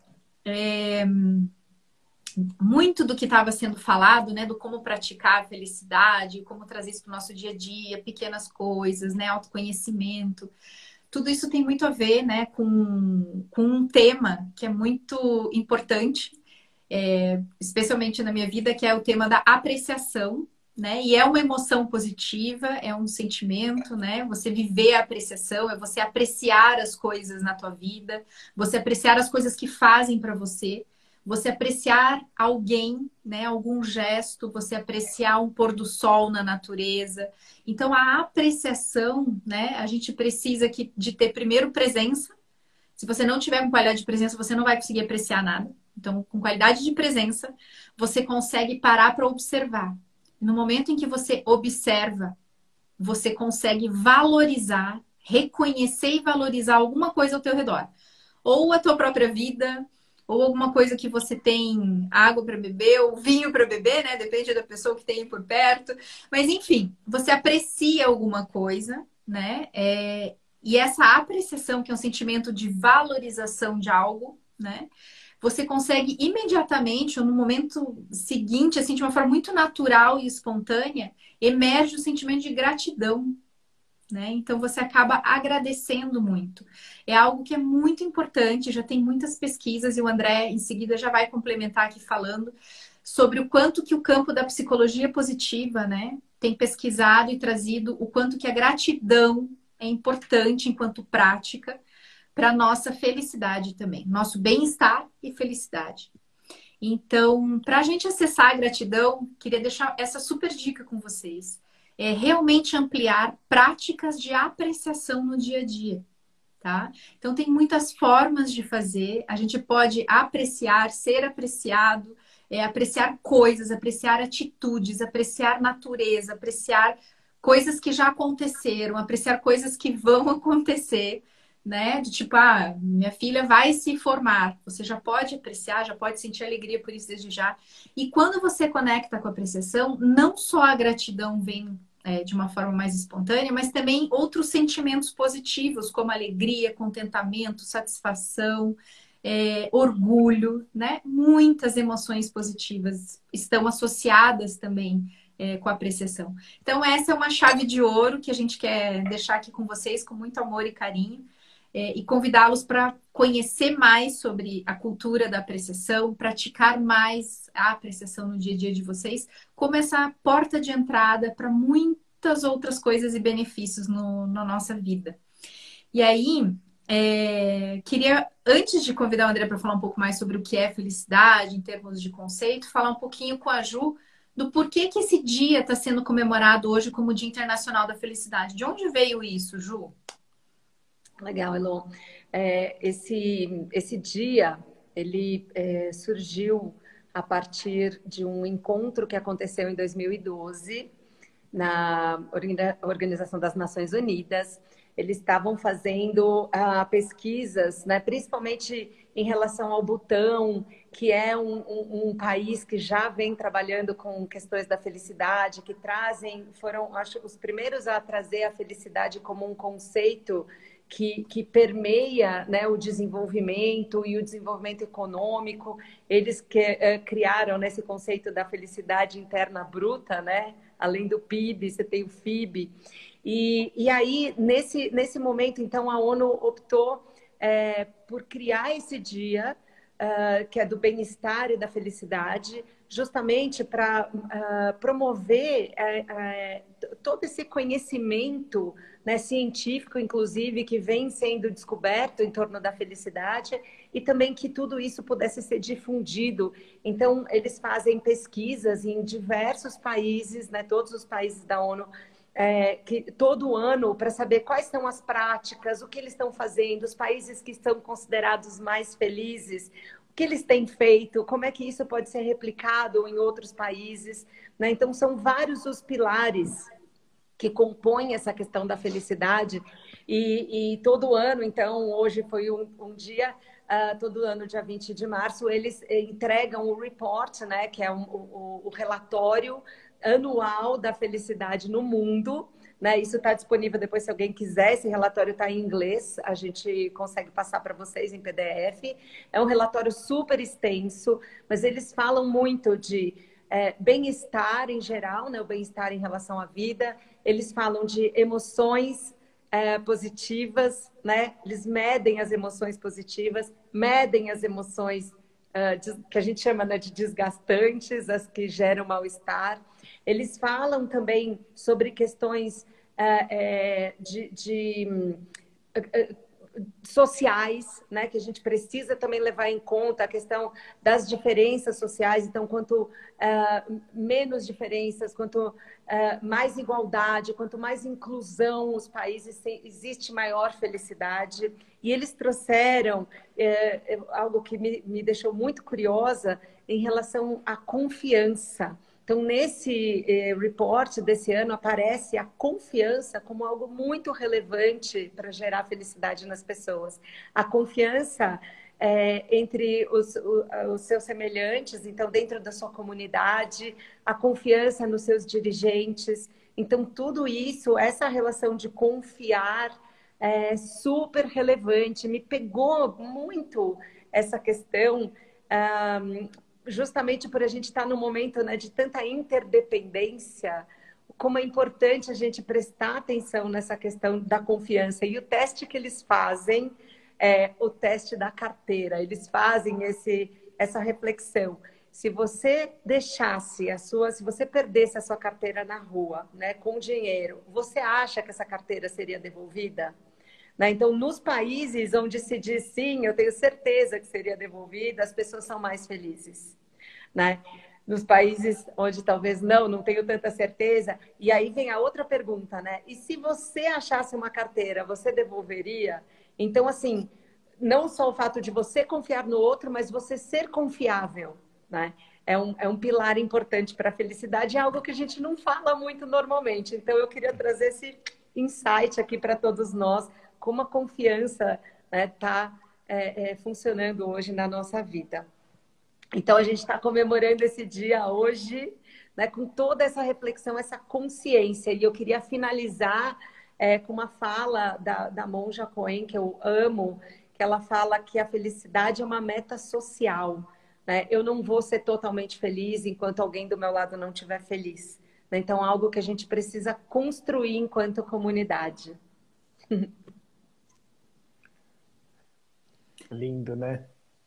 muito do que estava sendo falado, né, do como praticar a felicidade, como trazer isso para o nosso dia a dia, pequenas coisas, né, autoconhecimento. Tudo isso tem muito a ver, né, com um tema que é muito importante, especialmente na minha vida, que é o tema da apreciação, né? E é uma emoção positiva, é um sentimento, né? Você viver a apreciação, é você apreciar as coisas na tua vida, você apreciar as coisas que fazem para você apreciar alguém, né? Algum gesto, você apreciar um pôr do sol na natureza. Então, a apreciação, né? A gente precisa de ter primeiro presença. Se você não tiver com qualidade de presença, você não vai conseguir apreciar nada. Então, com qualidade de presença, você consegue parar para observar. No momento em que você observa, você consegue valorizar, reconhecer e valorizar alguma coisa ao teu redor. Ou a tua própria vida, ou alguma coisa que você tem água para beber, ou vinho para beber, né? Depende da pessoa que tem por perto. Mas, enfim, você aprecia alguma coisa, né? E essa apreciação, que é um sentimento de valorização de algo, né? Você consegue imediatamente, ou no momento seguinte, assim, de uma forma muito natural e espontânea, emerge o sentimento de gratidão, né? Então você acaba agradecendo muito. É algo que é muito importante, já tem muitas pesquisas, e o André em seguida já vai complementar aqui falando sobre o quanto que o campo da psicologia positiva, né, tem pesquisado e trazido o quanto que a gratidão é importante enquanto prática para nossa felicidade também, nosso bem-estar e felicidade. Então, para a gente acessar a gratidão, queria deixar essa super dica com vocês. É realmente ampliar práticas de apreciação no dia a dia, tá? Então, tem muitas formas de fazer. A gente pode apreciar, ser apreciado, apreciar coisas, apreciar atitudes, apreciar natureza, apreciar coisas que já aconteceram, apreciar coisas que vão acontecer, né? De tipo, minha filha vai se formar. Você já pode apreciar, já pode sentir alegria por isso desde já. E quando você conecta com a apreciação, não só a gratidão vem de uma forma mais espontânea, mas também outros sentimentos positivos, como alegria, contentamento, satisfação, orgulho, né? Muitas emoções positivas estão associadas também com a apreciação. Então, essa é uma chave de ouro que a gente quer deixar aqui com vocês, com muito amor e carinho, e convidá-los para conhecer mais sobre a cultura da apreciação, praticar mais a apreciação no dia a dia de vocês, como essa porta de entrada para muitas outras coisas e benefícios na nossa vida. E aí, queria, antes de convidar o André para falar um pouco mais sobre o que é felicidade, em termos de conceito, falar um pouquinho com a Ju do porquê que esse dia está sendo comemorado hoje como Dia Internacional da Felicidade. De onde veio isso, Ju? Legal, Elô. Esse dia, ele surgiu a partir de um encontro que aconteceu em 2012 na Organização das Nações Unidas. Eles estavam fazendo pesquisas, né, principalmente em relação ao Butão, que é um país que já vem trabalhando com questões da felicidade, que foram, acho, os primeiros a trazer a felicidade como um conceito que permeia, né, o desenvolvimento e o desenvolvimento econômico. Eles criaram, né, esse conceito da felicidade interna bruta, né? Além do PIB, você tem o FIB. E aí, nesse momento, então, a ONU optou por criar esse dia, que é do bem-estar e da felicidade, justamente para promover todo esse conhecimento, né, científico, inclusive, que vem sendo descoberto em torno da felicidade, e também que tudo isso pudesse ser difundido. Então, eles fazem pesquisas em diversos países, né, todos os países da ONU, que todo ano, para saber quais são as práticas, o que eles estão fazendo, os países que estão considerados mais felizes, o que eles têm feito, como é que isso pode ser replicado em outros países, né? Então, são vários os pilares que compõem essa questão da felicidade. E todo ano, então, hoje foi um dia, todo ano, dia 20 de março, eles entregam o report, né, que é o relatório anual da felicidade no mundo, né? Isso está disponível depois, se alguém quiser. Esse relatório está em inglês, a gente consegue passar para vocês em PDF. É um relatório super extenso, mas eles falam muito de bem-estar em geral, né? O bem-estar em relação à vida. Eles falam de emoções positivas, né? Eles medem as emoções positivas, medem as emoções que a gente chama, né, de desgastantes, as que geram mal-estar. Eles falam também sobre questões sociais, né, que a gente precisa também levar em conta a questão das diferenças sociais. Então, quanto menos diferenças, quanto mais igualdade, quanto mais inclusão os países têm, existe maior felicidade. E eles trouxeram algo que me deixou muito curiosa em relação à confiança. Então, nesse report desse ano, aparece a confiança como algo muito relevante para gerar felicidade nas pessoas. A confiança entre os seus semelhantes, então, dentro da sua comunidade, a confiança nos seus dirigentes. Então, tudo isso, essa relação de confiar é super relevante. Me pegou muito essa questão, justamente por a gente estar num momento, né, de tanta interdependência, como é importante a gente prestar atenção nessa questão da confiança. E o teste que eles fazem é o teste da carteira. Eles fazem essa reflexão. Se você deixasse se você perdesse a sua carteira na rua, né, com dinheiro, você acha que essa carteira seria devolvida? Né? Então, nos países onde se diz sim, eu tenho certeza que seria devolvida, as pessoas são mais felizes. Né? Nos países onde talvez não tenho tanta certeza. E aí vem a outra pergunta, né? E se você achasse uma carteira, você devolveria? Então, assim, não só o fato de você confiar no outro, mas você ser confiável, né? É um pilar importante para a felicidade, é algo que a gente não fala muito normalmente. Então, eu queria trazer esse insight aqui para todos nós, como a confiança está funcionando hoje na nossa vida. Então, a gente está comemorando esse dia hoje, né, com toda essa reflexão, essa consciência. E eu queria finalizar com uma fala da Monja Coen, que eu amo, que ela fala que a felicidade é uma meta social. Né? Eu não vou ser totalmente feliz enquanto alguém do meu lado não estiver feliz. Né? Então, algo que a gente precisa construir enquanto comunidade. Lindo, né?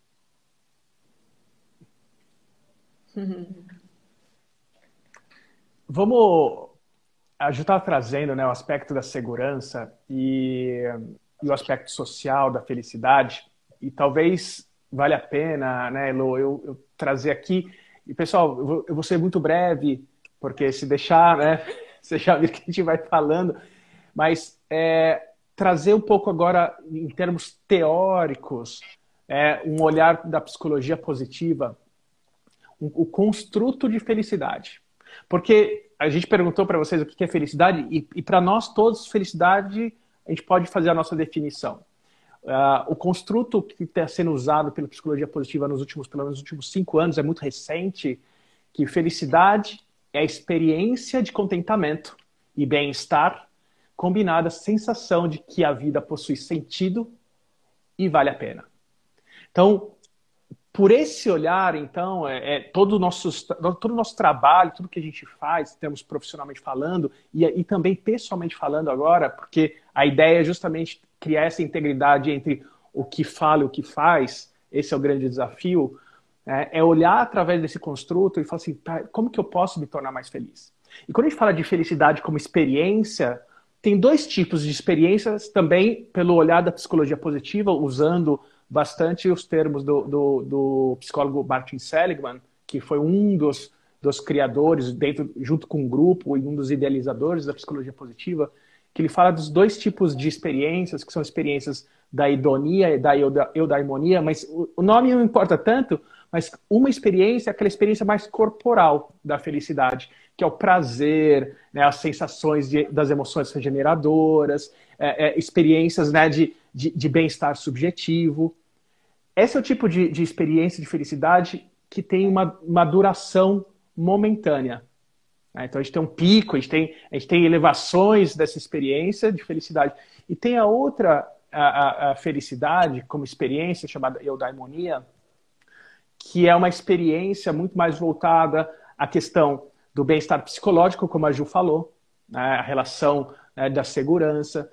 Vamos. A gente estava trazendo, né, o aspecto da segurança e o aspecto social da felicidade. E talvez valha a pena, né, Elo, eu trazer aqui. E, pessoal, eu vou ser muito breve, porque se deixar, né, você já viu que a gente vai falando. Mas trazer um pouco agora, em termos teóricos, um olhar da psicologia positiva, o construto de felicidade. Porque a gente perguntou para vocês o que é felicidade, e para nós todos, felicidade, a gente pode fazer a nossa definição. O construto que está sendo usado pela psicologia positiva pelo menos nos últimos 5 anos, é muito recente, que felicidade é a experiência de contentamento e bem-estar combinada à sensação de que a vida possui sentido e vale a pena. Então, por esse olhar, então, todo o nosso trabalho, tudo que a gente faz, temos profissionalmente falando e também pessoalmente falando agora, porque a ideia é justamente criar essa integridade entre o que fala e o que faz, esse é o grande desafio. É olhar através desse construto e falar assim, tá, como que eu posso me tornar mais feliz? E quando a gente fala de felicidade como experiência, tem dois tipos de experiências também pelo olhar da psicologia positiva, usando bastante os termos do psicólogo Martin Seligman, que foi um dos criadores, junto com um grupo, e um dos idealizadores da psicologia positiva, que ele fala dos dois tipos de experiências, que são experiências da hedonia e da eudaimonia, mas o nome não importa tanto, mas uma experiência é aquela experiência mais corporal da felicidade, que é o prazer, né, as sensações das emoções regeneradoras, experiências, né, de bem-estar subjetivo. Esse é o tipo de experiência de felicidade que tem uma duração momentânea. Então a gente tem um pico, a gente tem elevações dessa experiência de felicidade. E tem a outra a felicidade como experiência, chamada eudaimonia, que é uma experiência muito mais voltada à questão do bem-estar psicológico, como a Ju falou, né, a relação, né, da segurança,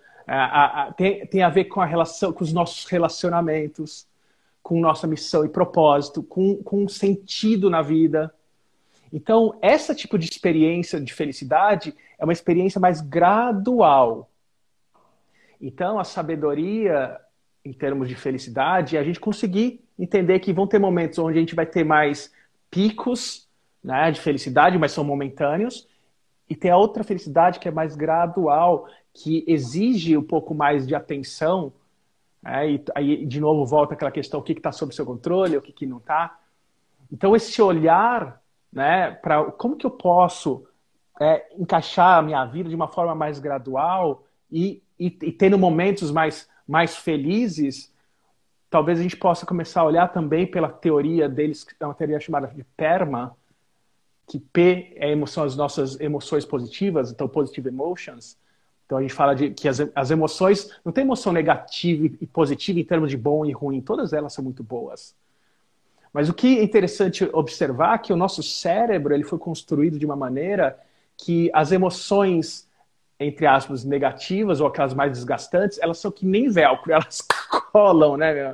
tem a ver com a relação, com os nossos relacionamentos, com nossa missão e propósito, com sentido na vida. Então, esse tipo de experiência de felicidade é uma experiência mais gradual. Então, a sabedoria, em termos de felicidade, é a gente conseguir entender que vão ter momentos onde a gente vai ter mais picos, né, de felicidade, mas são momentâneos, e tem a outra felicidade que é mais gradual, que exige um pouco mais de atenção, né, e aí, de novo, volta aquela questão, o que está sob seu controle, o que não está. Então, esse olhar, né, para como que eu posso encaixar a minha vida de uma forma mais gradual e tendo momentos mais felizes, talvez a gente possa começar a olhar também pela teoria deles, que é uma teoria chamada de PERMA, que P são as nossas emoções positivas, então positive emotions. Então a gente fala de que as emoções, não tem emoção negativa e positiva em termos de bom e ruim, todas elas são muito boas. Mas o que é interessante observar é que o nosso cérebro ele foi construído de uma maneira que as emoções, entre aspas, negativas ou aquelas mais desgastantes, elas são que nem velcro, elas colam, né, meu?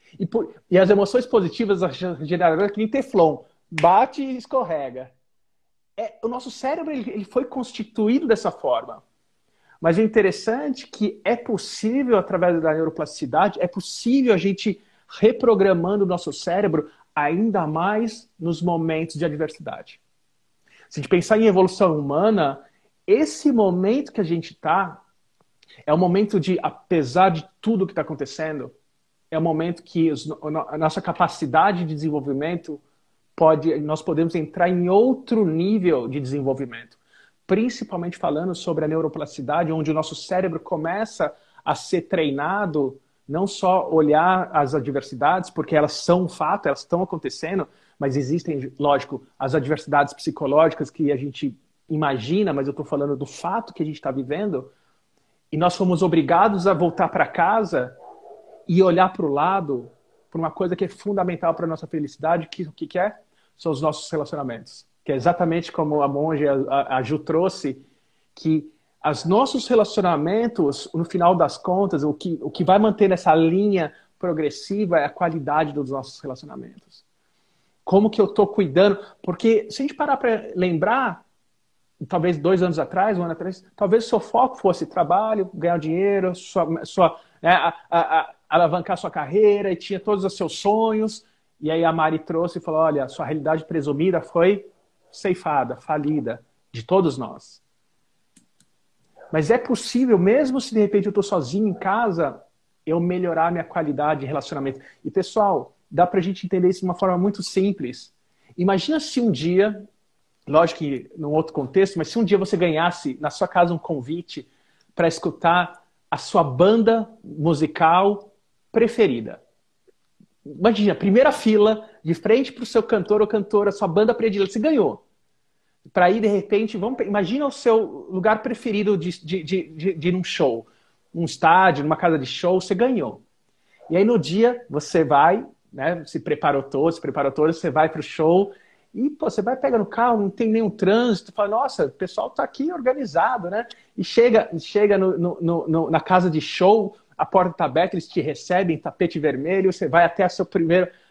E as emoções positivas, as regeneradoras, que nem teflon, bate e escorrega. O nosso cérebro ele foi constituído dessa forma. Mas é interessante que é possível, através da neuroplasticidade, é possível a gente reprogramando o nosso cérebro ainda mais nos momentos de adversidade. Se a gente pensar em evolução humana, esse momento que a gente está é o momento de, apesar de tudo que está acontecendo, é o momento que a nossa capacidade de desenvolvimento nós podemos entrar em outro nível de desenvolvimento. Principalmente falando sobre a neuroplasticidade, onde o nosso cérebro começa a ser treinado, não só olhar as adversidades, porque elas são um fato, elas estão acontecendo, mas existem, lógico, as adversidades psicológicas que a gente imagina, mas eu estou falando do fato que a gente está vivendo, e nós fomos obrigados a voltar para casa e olhar para o lado por uma coisa que é fundamental para a nossa felicidade, que é? São os nossos relacionamentos. Que é exatamente como a monge, a Ju trouxe, que os nossos relacionamentos, no final das contas, o que vai manter essa linha progressiva é a qualidade dos nossos relacionamentos. Como que eu estou cuidando? Porque se a gente parar para lembrar, talvez 2 anos atrás, 1 ano atrás, talvez o seu foco fosse trabalho, ganhar dinheiro, alavancar sua carreira, e tinha todos os seus sonhos. E aí a Mari trouxe e falou, olha, sua realidade presumida foi ceifada, falida, de todos nós. Mas é possível, mesmo se de repente eu estou sozinho em casa, eu melhorar a minha qualidade de relacionamento. E pessoal, dá pra gente entender isso de uma forma muito simples. Imagina se um dia, lógico que num outro contexto, mas se um dia você ganhasse na sua casa um convite para escutar a sua banda musical preferida. Imagina, primeira fila, de frente para o seu cantor ou cantora, sua banda predileta, você ganhou. Para ir, de repente, imagina o seu lugar preferido de ir num show. Um estádio, numa casa de show, você ganhou. E aí no dia, você vai, né, se preparou todo, você vai para o show, e pô, você vai pegar no carro, não tem nenhum trânsito, fala, nossa, o pessoal tá aqui organizado, né? E chega na casa de show, a porta está aberta, eles te recebem, tapete vermelho, você vai até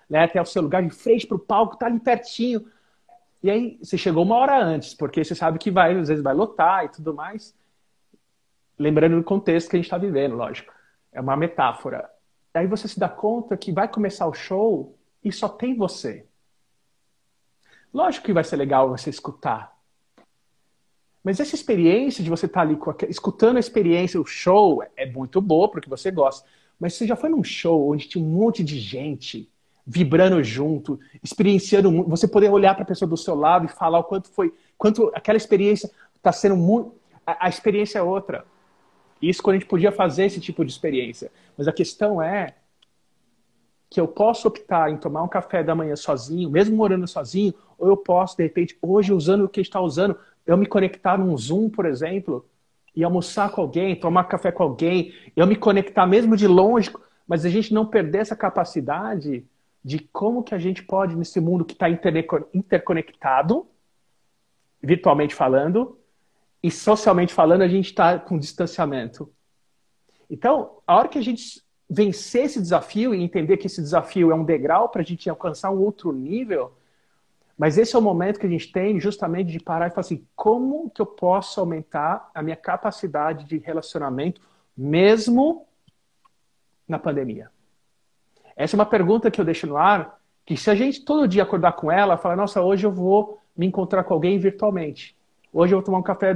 né, até o seu lugar de frente para o palco, tá ali pertinho. E aí você chegou uma hora antes, porque você sabe que às vezes vai lotar e tudo mais. Lembrando do contexto que a gente está vivendo, lógico. É uma metáfora. Aí você se dá conta que vai começar o show e só tem você. Lógico que vai ser legal você escutar. Mas essa experiência de você estar ali escutando a experiência, o show, é muito boa porque você gosta. Mas você já foi num show onde tinha um monte de gente vibrando junto, experienciando muito, você poder olhar para a pessoa do seu lado e falar o quanto aquela experiência está sendo muito... A experiência é outra. Isso quando a gente podia fazer esse tipo de experiência. Mas a questão é que eu posso optar em tomar um café da manhã sozinho, mesmo morando sozinho, ou eu posso, de repente, hoje, usando o que a gente está usando, eu me conectar num Zoom, por exemplo, e almoçar com alguém, tomar café com alguém, eu me conectar mesmo de longe, mas a gente não perder essa capacidade de como que a gente pode, nesse mundo que está interconectado, virtualmente falando, e socialmente falando, a gente está com distanciamento. Então, a hora que a gente vencer esse desafio e entender que esse desafio é um degrau para a gente alcançar um outro nível, mas esse é o momento que a gente tem justamente de parar e falar assim, como que eu posso aumentar a minha capacidade de relacionamento mesmo na pandemia? Essa é uma pergunta que eu deixo no ar, que se a gente todo dia acordar com ela, falar, nossa, hoje eu vou me encontrar com alguém virtualmente. Hoje eu vou tomar um café...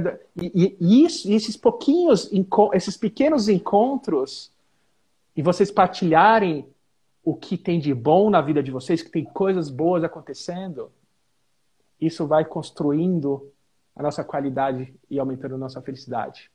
esses pequenos encontros, e vocês partilharem o que tem de bom na vida de vocês, que tem coisas boas acontecendo, isso vai construindo a nossa qualidade e aumentando a nossa felicidade.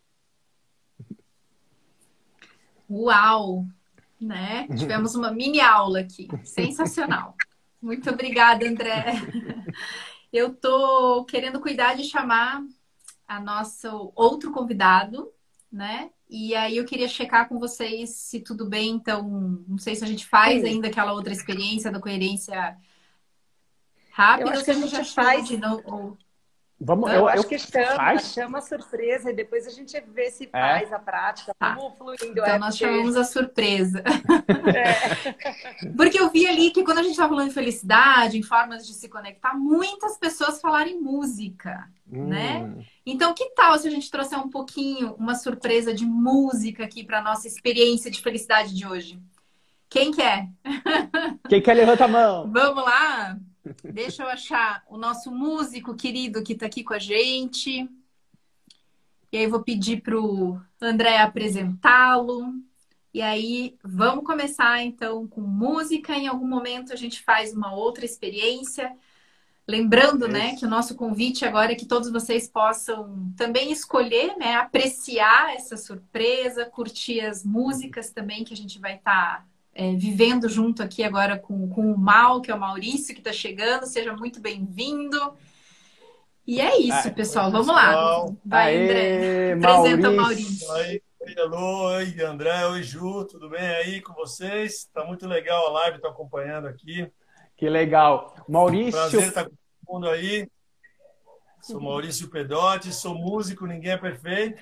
Uau! Né? Tivemos uma mini aula aqui. Sensacional. Muito obrigada, André. Eu tô querendo cuidar de chamar a nosso outro convidado, né? E aí eu queria checar com vocês se tudo bem. Então, não sei se a gente faz ainda aquela outra experiência da coerência rápida. Eu acho que a gente faz de novo. Vamos, eu acho que chama a surpresa e depois a gente vê se faz a prática. Vamos fluindo. Então nós chamamos a surpresa. Porque eu vi ali que quando a gente estava falando de felicidade, em formas de se conectar, muitas pessoas falaram em música, né? Então que tal se a gente trouxer um pouquinho, uma surpresa de música aqui para nossa experiência de felicidade de hoje? Quem quer? Quem quer, levanta a mão. Vamos lá? Deixa eu achar o nosso músico querido que está aqui com a gente. E aí vou pedir para o André apresentá-lo. E aí vamos começar então com música. Em algum momento a gente faz uma outra experiência. Lembrando, né, que o nosso convite agora é que todos vocês possam também escolher, né, apreciar essa surpresa, curtir as músicas também que a gente vai estar vivendo junto aqui agora com o Mal, que é o Maurício, que está chegando. Seja muito bem-vindo. E é isso, pessoal. Vamos lá. Vai, André. Apresenta o Maurício. Oi, Elô, oi, André, oi, Ju. Tudo bem aí com vocês? Tá muito legal a live, tô acompanhando aqui. Que legal. Maurício... Prazer estar com todo mundo aí. Sou Maurício Pedotti, sou músico, ninguém é perfeito.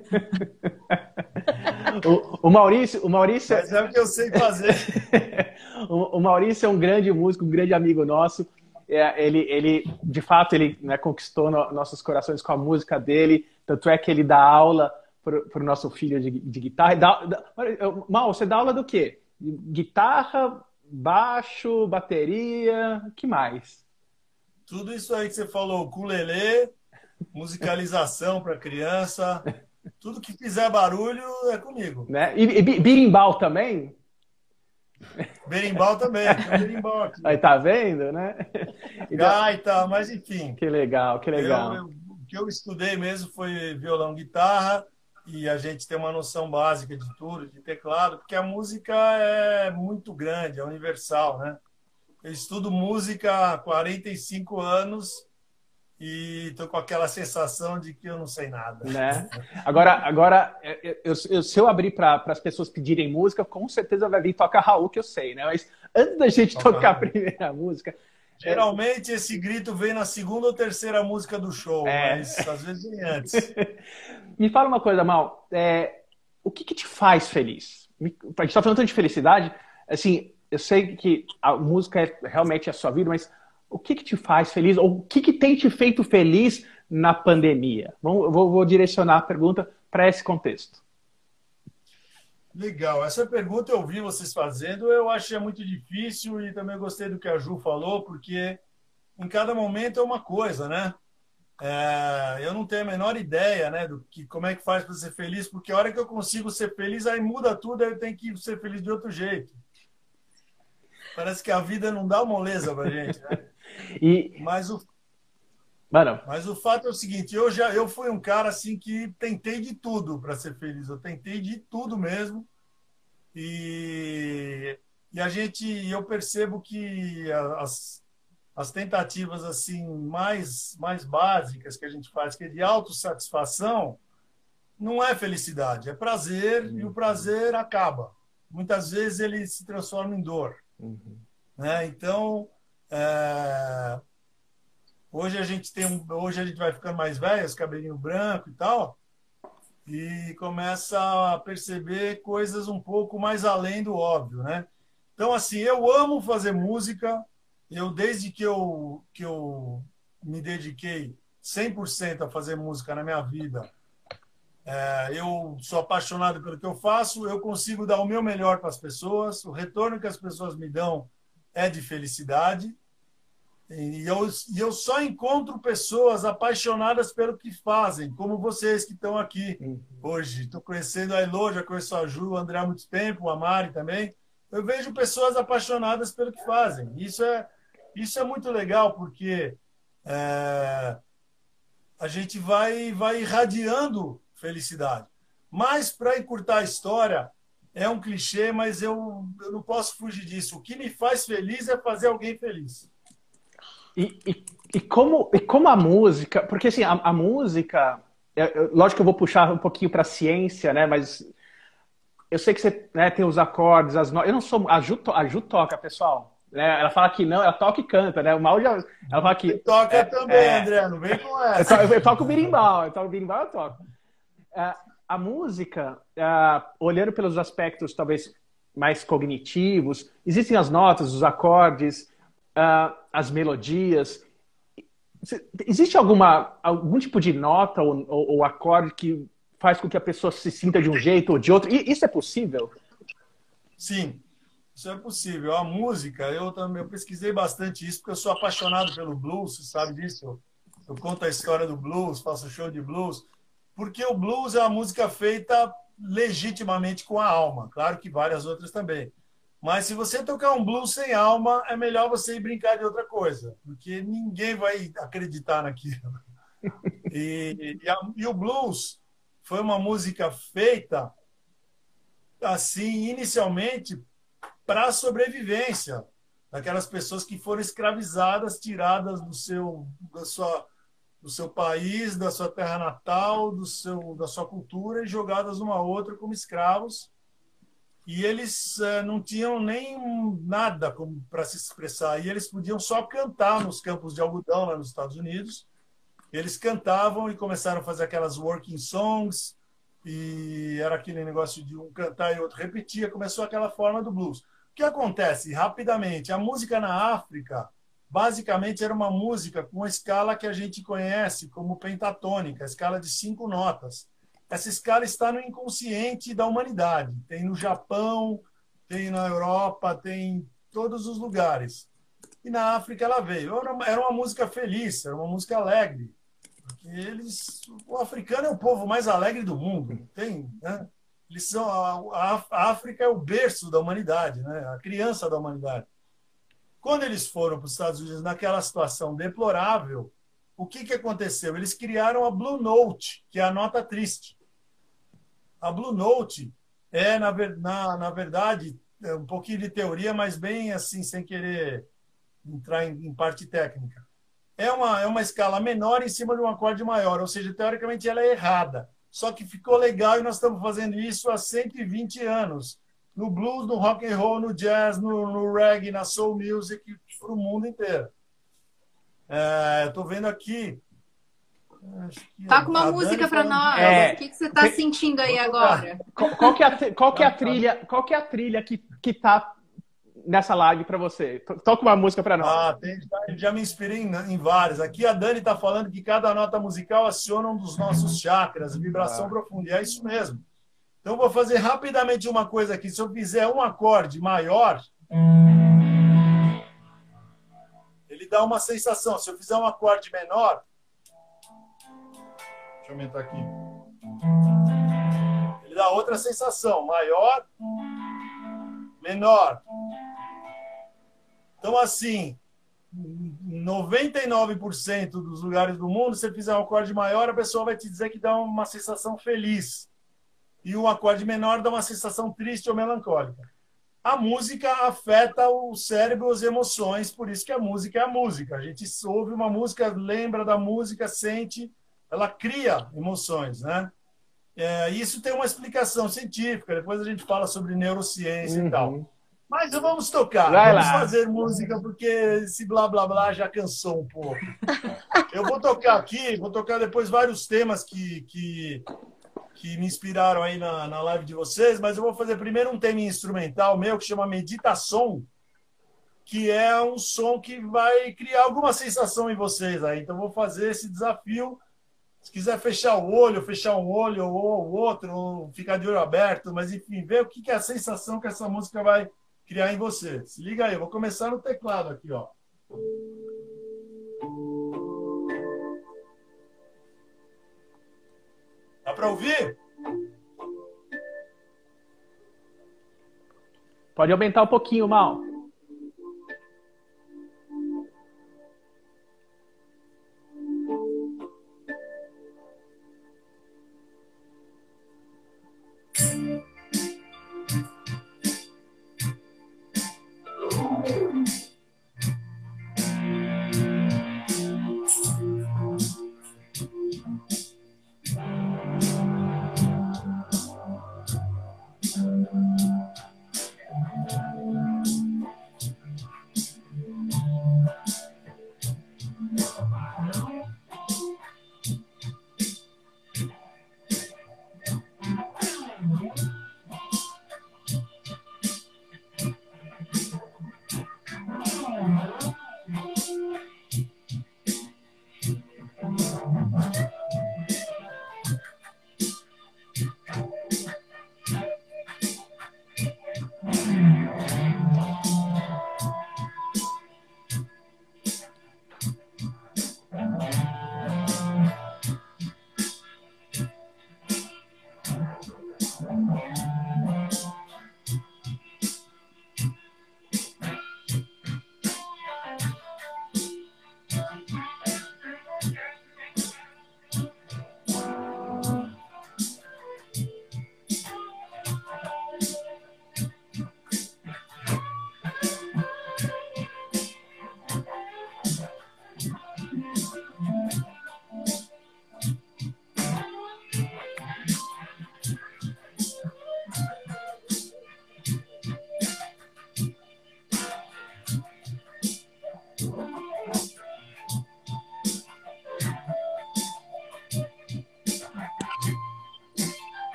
O Maurício... Mas é o que eu sei fazer. O Maurício é um grande músico, um grande amigo nosso. Ele de fato, ele, né, conquistou nossos corações com a música dele. Tanto é que ele dá aula para o nosso filho de guitarra. Mal, você dá aula do quê? Guitarra, baixo, bateria, o que mais? Tudo isso aí que você falou, ukulele, musicalização para criança, tudo que fizer barulho é comigo. Né? E birimbau também? Berimbau também, tem um berimbau aqui. Aí tá vendo, né? Gaita, mas enfim. Que legal, que legal. O que eu estudei mesmo foi violão, guitarra, e a gente tem uma noção básica de tudo, de teclado, porque a música é muito grande, é universal, né? Eu estudo música há 45 anos e tô com aquela sensação de que eu não sei nada. Né? Agora se eu abrir para as pessoas pedirem música, com certeza vai vir Toca Raul, que eu sei, né? Mas antes da gente tocar a primeira música... Geralmente esse grito vem na segunda ou terceira música do show, mas às vezes vem antes. Me fala uma coisa, Mal. O que te faz feliz? A gente está falando tanto de felicidade. Assim, eu sei que a música é realmente a sua vida, mas o que te faz feliz? Ou o que tem te feito feliz na pandemia? Vou direcionar a pergunta para esse contexto. Legal. Essa pergunta eu vi vocês fazendo, eu achei muito difícil e também gostei do que a Ju falou, porque em cada momento é uma coisa, né? Eu não tenho a menor ideia, né, como é que faz para ser feliz, porque a hora que eu consigo ser feliz, aí muda tudo, aí eu tenho que ser feliz de outro jeito. Parece que a vida não dá moleza pra gente, né? Mas o fato é o seguinte, eu fui um cara assim que tentei de tudo para ser feliz, eu tentei de tudo mesmo. E eu percebo que as tentativas assim mais básicas que a gente faz, que é de autossatisfação, não é felicidade, é prazer, e o prazer acaba. Muitas vezes ele se transforma em dor. Né? Então, hoje a gente vai ficando mais velho, os cabelinho branco e tal, e começa a perceber coisas um pouco mais além do óbvio, né? Então, assim, eu amo fazer música. Desde que eu me dediquei 100% a fazer música na minha vida, eu sou apaixonado pelo que eu faço, eu consigo dar o meu melhor para as pessoas, o retorno que as pessoas me dão é de felicidade, e eu só encontro pessoas apaixonadas pelo que fazem, como vocês que estão aqui hoje. Estou conhecendo a Elô, já conheço a Ju, o André há muito tempo, a Mari também. Eu vejo pessoas apaixonadas pelo que fazem. Isso é muito legal, porque a gente vai irradiando felicidade. Mas, para encurtar a história, é um clichê, mas eu não posso fugir disso. O que me faz feliz é fazer alguém feliz. E como a música... Porque, assim, a música... lógico que eu vou puxar um pouquinho para a ciência, né? Mas eu sei que você, né, tem os acordes, as notas... Eu não sou... A Ju toca, pessoal. Né? Ela fala que não, ela toca e canta, né? O Mal já... Ela fala que... Você toca também, André, não vem com essa. Eu toco berimbau, eu toco. A música, olhando pelos aspectos talvez mais cognitivos, existem as notas, os acordes, as melodias. Existe algum tipo de nota ou acorde que faz com que a pessoa se sinta de um jeito ou de outro? E isso é possível? Sim, isso é possível. A música, eu pesquisei bastante isso, porque eu sou apaixonado pelo blues, você sabe disso? Eu conto a história do blues, faço show de blues, porque o blues é uma música feita legitimamente com a alma. Claro que várias outras também. Mas se você tocar um blues sem alma, é melhor você ir brincar de outra coisa, porque ninguém vai acreditar naquilo. E o blues foi uma música feita, assim, inicialmente, para a sobrevivência daquelas pessoas que foram escravizadas, tiradas do seu país, da sua terra natal, da sua cultura e jogadas uma a outra como escravos. E eles não tinham nem nada para se expressar. E eles podiam só cantar nos campos de algodão lá nos Estados Unidos. Eles cantavam e começaram a fazer aquelas working songs. E era aquele negócio de um cantar e outro repetia. Começou aquela forma do blues. O que acontece? Rapidamente, a música na África, basicamente, era uma música com a escala que a gente conhece como pentatônica, a escala de 5 notas. Essa escala está no inconsciente da humanidade. Tem no Japão, tem na Europa, tem em todos os lugares. E na África ela veio. Era uma música feliz, era uma música alegre. Porque o africano é o povo mais alegre do mundo. Tem, né? A África é o berço da humanidade, né? A criança da humanidade. Quando eles foram para os Estados Unidos naquela situação deplorável, o que aconteceu? Eles criaram a Blue Note, que é a nota triste. A Blue Note é, na verdade, um pouquinho de teoria, mas bem assim, sem querer entrar em parte técnica. É uma escala menor em cima de um acorde maior, ou seja, teoricamente ela é errada. Só que ficou legal e nós estamos fazendo isso há 120 anos. No blues, no rock and roll, no jazz, no reggae, na soul music, para o mundo inteiro. Estou vendo aqui. Toca uma música para nós. O que você está sentindo aí agora? Qual que é a trilha que está nessa live para você? Toca uma música para nós. Já me inspirei em várias. Aqui a Dani está falando que cada nota musical aciona um dos nossos chakras, vibração profunda. E é isso mesmo. Então, vou fazer rapidamente uma coisa aqui. Se eu fizer um acorde maior, ele dá uma sensação. Se eu fizer um acorde menor, deixa eu aumentar aqui. Ele dá outra sensação. Maior, menor. Então, assim, 99% dos lugares do mundo, se você fizer um acorde maior, a pessoa vai te dizer que dá uma sensação feliz. E um acorde menor dá uma sensação triste ou melancólica. A música afeta o cérebro e as emoções, por isso que a música é a música. A gente ouve uma música, lembra da música, sente, ela cria emoções, né? Isso tem uma explicação científica, depois a gente fala sobre neurociência e tal. Mas vamos tocar, vamos fazer música, porque esse blá blá blá já cansou um pouco. Eu vou tocar aqui, vou tocar depois vários temas que me inspiraram aí na live de vocês, mas eu vou fazer primeiro um tema instrumental meu que chama Meditação, que é um som que vai criar alguma sensação em vocês aí. Então, eu vou fazer esse desafio. Se quiser fechar um olho ou o outro, ou ficar de olho aberto, mas enfim, ver o que é a sensação que essa música vai criar em você. Se liga aí, eu vou começar no teclado aqui, ó. Dá para ouvir? Pode aumentar um pouquinho, Mal.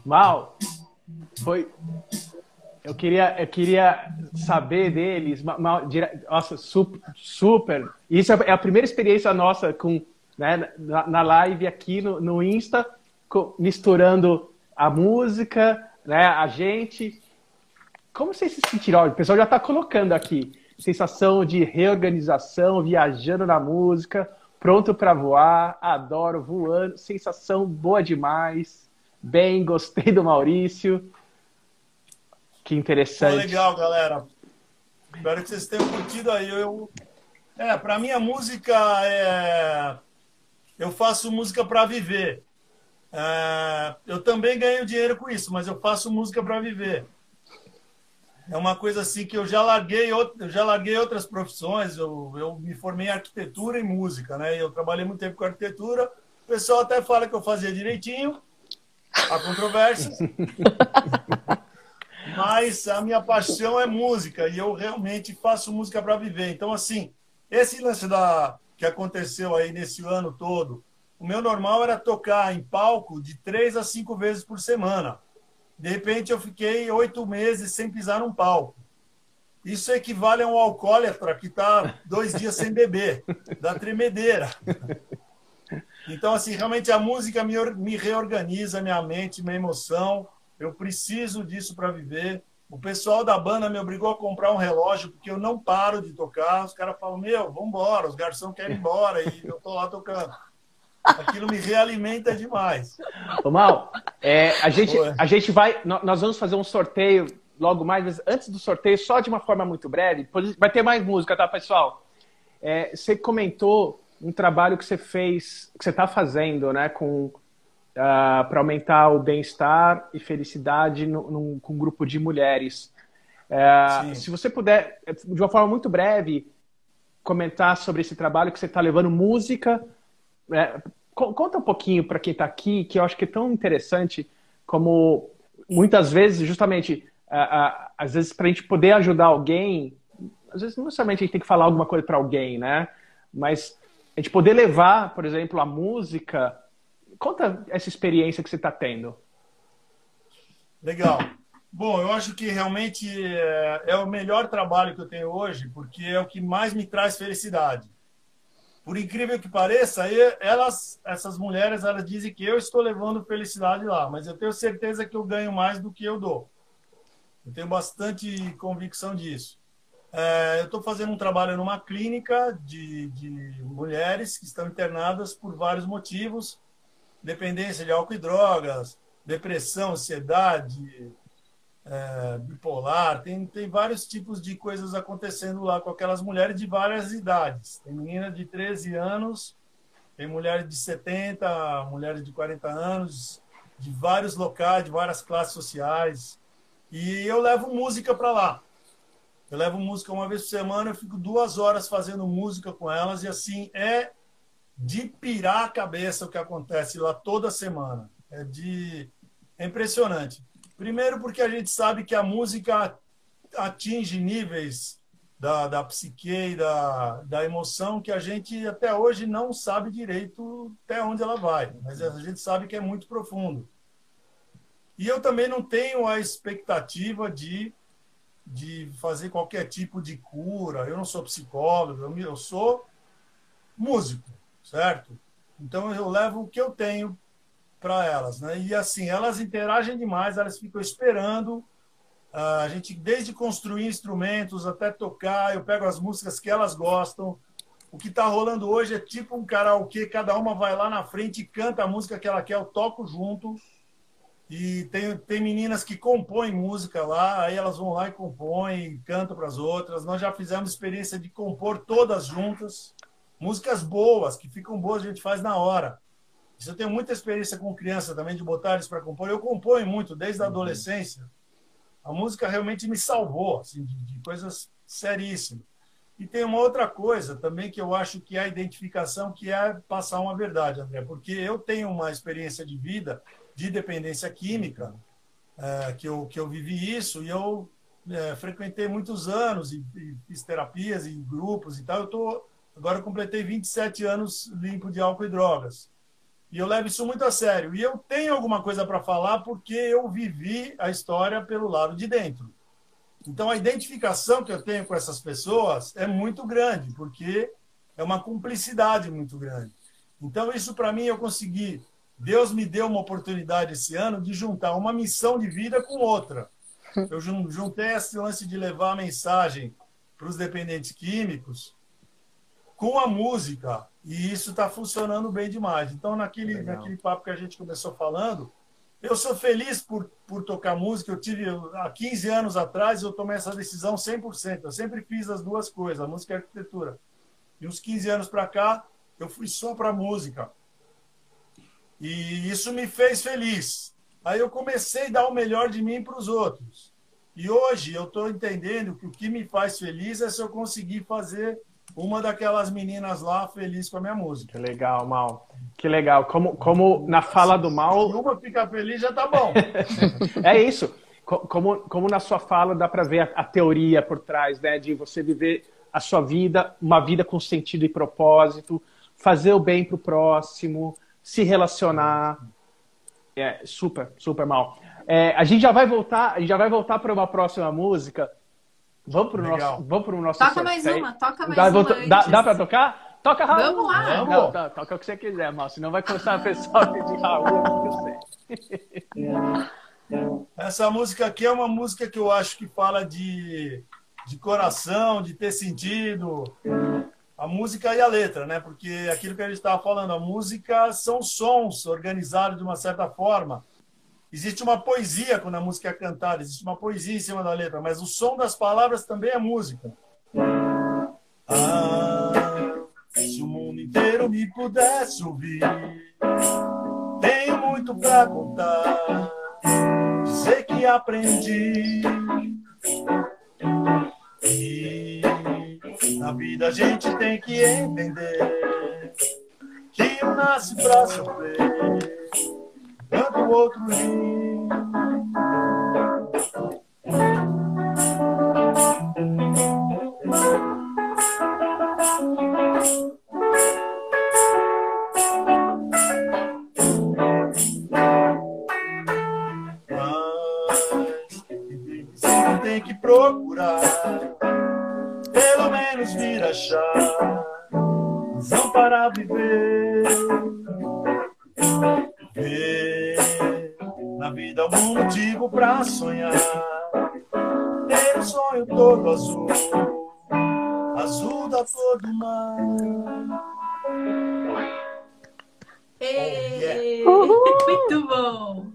Mal, foi. Eu queria saber deles. Nossa, super. Isso é a primeira experiência nossa com, né, na live aqui no Insta, misturando a música, né, a gente. Como vocês se sentiram? O pessoal já está colocando aqui. Sensação de reorganização, viajando na música, pronto para voar, adoro, voando, sensação boa demais. Bem, gostei do Maurício. Que interessante. Legal, galera. Espero que vocês tenham curtido aí. Para mim, a música eu faço música para viver. Eu também ganho dinheiro com isso, mas eu faço música para viver. É uma coisa assim que eu já larguei outras profissões. Eu me formei em arquitetura e música, né? Eu trabalhei muito tempo com arquitetura. O pessoal até fala que eu fazia direitinho. Há controvérsias. Mas a minha paixão é música e eu realmente faço música para viver. Então, assim, esse lance que aconteceu aí nesse ano todo, o meu normal era tocar em palco de 3 a 5 vezes por semana. De repente, eu fiquei 8 meses sem pisar num palco. Isso equivale a um alcoólatra que está 2 dias sem beber, dá tremedeira. Então, assim, realmente a música me reorganiza minha mente, minha emoção. Eu preciso disso para viver. O pessoal da banda me obrigou a comprar um relógio porque eu não paro de tocar. Os caras falam, vamos embora, os garçons querem ir embora e eu tô lá tocando. Aquilo me realimenta demais. Ô, Mal, a gente vai... Nós vamos fazer um sorteio logo mais, mas antes do sorteio, só de uma forma muito breve, vai ter mais música, tá, pessoal? Você comentou um trabalho que você fez, que você está fazendo, né, para aumentar o bem-estar e felicidade com um grupo de mulheres. Se você puder, de uma forma muito breve, comentar sobre esse trabalho que você está levando música. Conta um pouquinho para quem está aqui, que eu acho que é tão interessante, como muitas vezes, justamente, às vezes, para a gente poder ajudar alguém, às vezes não necessariamente a gente tem que falar alguma coisa para alguém, né? Mas a gente poder levar, por exemplo, a música. Conta essa experiência que você está tendo. Legal. Bom, eu acho que realmente é o melhor trabalho que eu tenho hoje, porque é o que mais me traz felicidade. Por incrível que pareça, essas mulheres, elas dizem que eu estou levando felicidade lá, mas eu tenho certeza que eu ganho mais do que eu dou. Eu tenho bastante convicção disso. Eu estou fazendo um trabalho numa clínica de mulheres que estão internadas por vários motivos, dependência de álcool e drogas, depressão, ansiedade, bipolar, tem vários tipos de coisas acontecendo lá com aquelas mulheres de várias idades. Tem menina de 13 anos, tem mulheres de 70, mulheres de 40 anos, de vários locais, de várias classes sociais. E eu levo música para lá. Eu levo música uma vez por semana, eu fico 2 horas fazendo música com elas, e assim, é de pirar a cabeça o que acontece lá toda semana. É impressionante. Primeiro porque a gente sabe que a música atinge níveis da psique e da emoção que a gente até hoje não sabe direito até onde ela vai, mas a gente sabe que é muito profundo. E eu também não tenho a expectativa de fazer qualquer tipo de cura. Eu não sou psicólogo, eu sou músico, certo? Então eu levo o que eu tenho para elas, né? E assim, elas interagem demais, elas ficam esperando. A gente, desde construir instrumentos até tocar, eu pego as músicas que elas gostam. O que está rolando hoje é tipo um karaokê, cada uma vai lá na frente e canta a música que ela quer, eu toco junto. E tem meninas que compõem música lá, aí elas vão lá e compõem, e cantam para as outras. Nós já fizemos experiência de compor todas juntas. Músicas boas, que ficam boas, a gente faz na hora. Isso eu tenho muita experiência com criança também, de botar eles para compor. Eu componho muito, desde a adolescência. A música realmente me salvou, assim, de coisas seríssimas. E tem uma outra coisa também que eu acho que é a identificação, que é passar uma verdade, André. Porque eu tenho uma experiência de vida de dependência química, que eu vivi isso, e eu frequentei muitos anos e fiz terapias e grupos e tal. Agora eu completei 27 anos limpo de álcool e drogas. E eu levo isso muito a sério. E eu tenho alguma coisa para falar porque eu vivi a história pelo lado de dentro. Então, a identificação que eu tenho com essas pessoas é muito grande, porque é uma cumplicidade muito grande. Então, isso para mim eu consegui. Deus me deu uma oportunidade esse ano de juntar uma missão de vida com outra. Eu juntei esse lance de levar a mensagem para os dependentes químicos com a música, e isso está funcionando bem demais. Então, naquele papo que a gente começou falando, eu sou feliz por tocar música. Eu tive, há 15 anos atrás, eu tomei essa decisão 100%. Eu sempre fiz as duas coisas, a música e a arquitetura. E uns 15 anos para cá, eu fui só para a música. E isso me fez feliz. Aí eu comecei a dar o melhor de mim para os outros. E hoje eu estou entendendo que o que me faz feliz é se eu conseguir fazer uma daquelas meninas lá feliz com a minha música. Que legal, Mal. Que legal. Como na fala do Mal... Se uma ficar feliz, já tá bom. É isso. Como na sua fala dá para ver a teoria por trás, né? De você viver a sua vida, uma vida com sentido e propósito, fazer o bem pro próximo, se relacionar. É super, super, Mal. A gente já vai voltar para uma próxima música. Vamos pro nosso Toca sorteio. mais uma, toca mais uma antes. Dá para tocar? Toca, Raul. Vamos lá. Não, toca o que você quiser, Mal. Senão vai começar a pessoa a pedir Raul. Eu sei. Essa música aqui é uma música que eu acho que fala de coração, de ter sentido. A música e a letra, né? Porque aquilo que a gente estava falando, a música são sons organizados de uma certa forma. Existe uma poesia quando a música é cantada, existe uma poesia em cima da letra, mas o som das palavras também é música. Se o mundo inteiro me pudesse ouvir, tenho muito pra contar, dizer que aprendi. E na vida a gente tem que entender que um nasce pra sofrer, enquanto o outro ri. Mas tem que procurar, pelo menos vir achar razão para viver. Ver na vida algum motivo pra sonhar, ter um sonho todo azul, azul da cor do mar. Muito bom!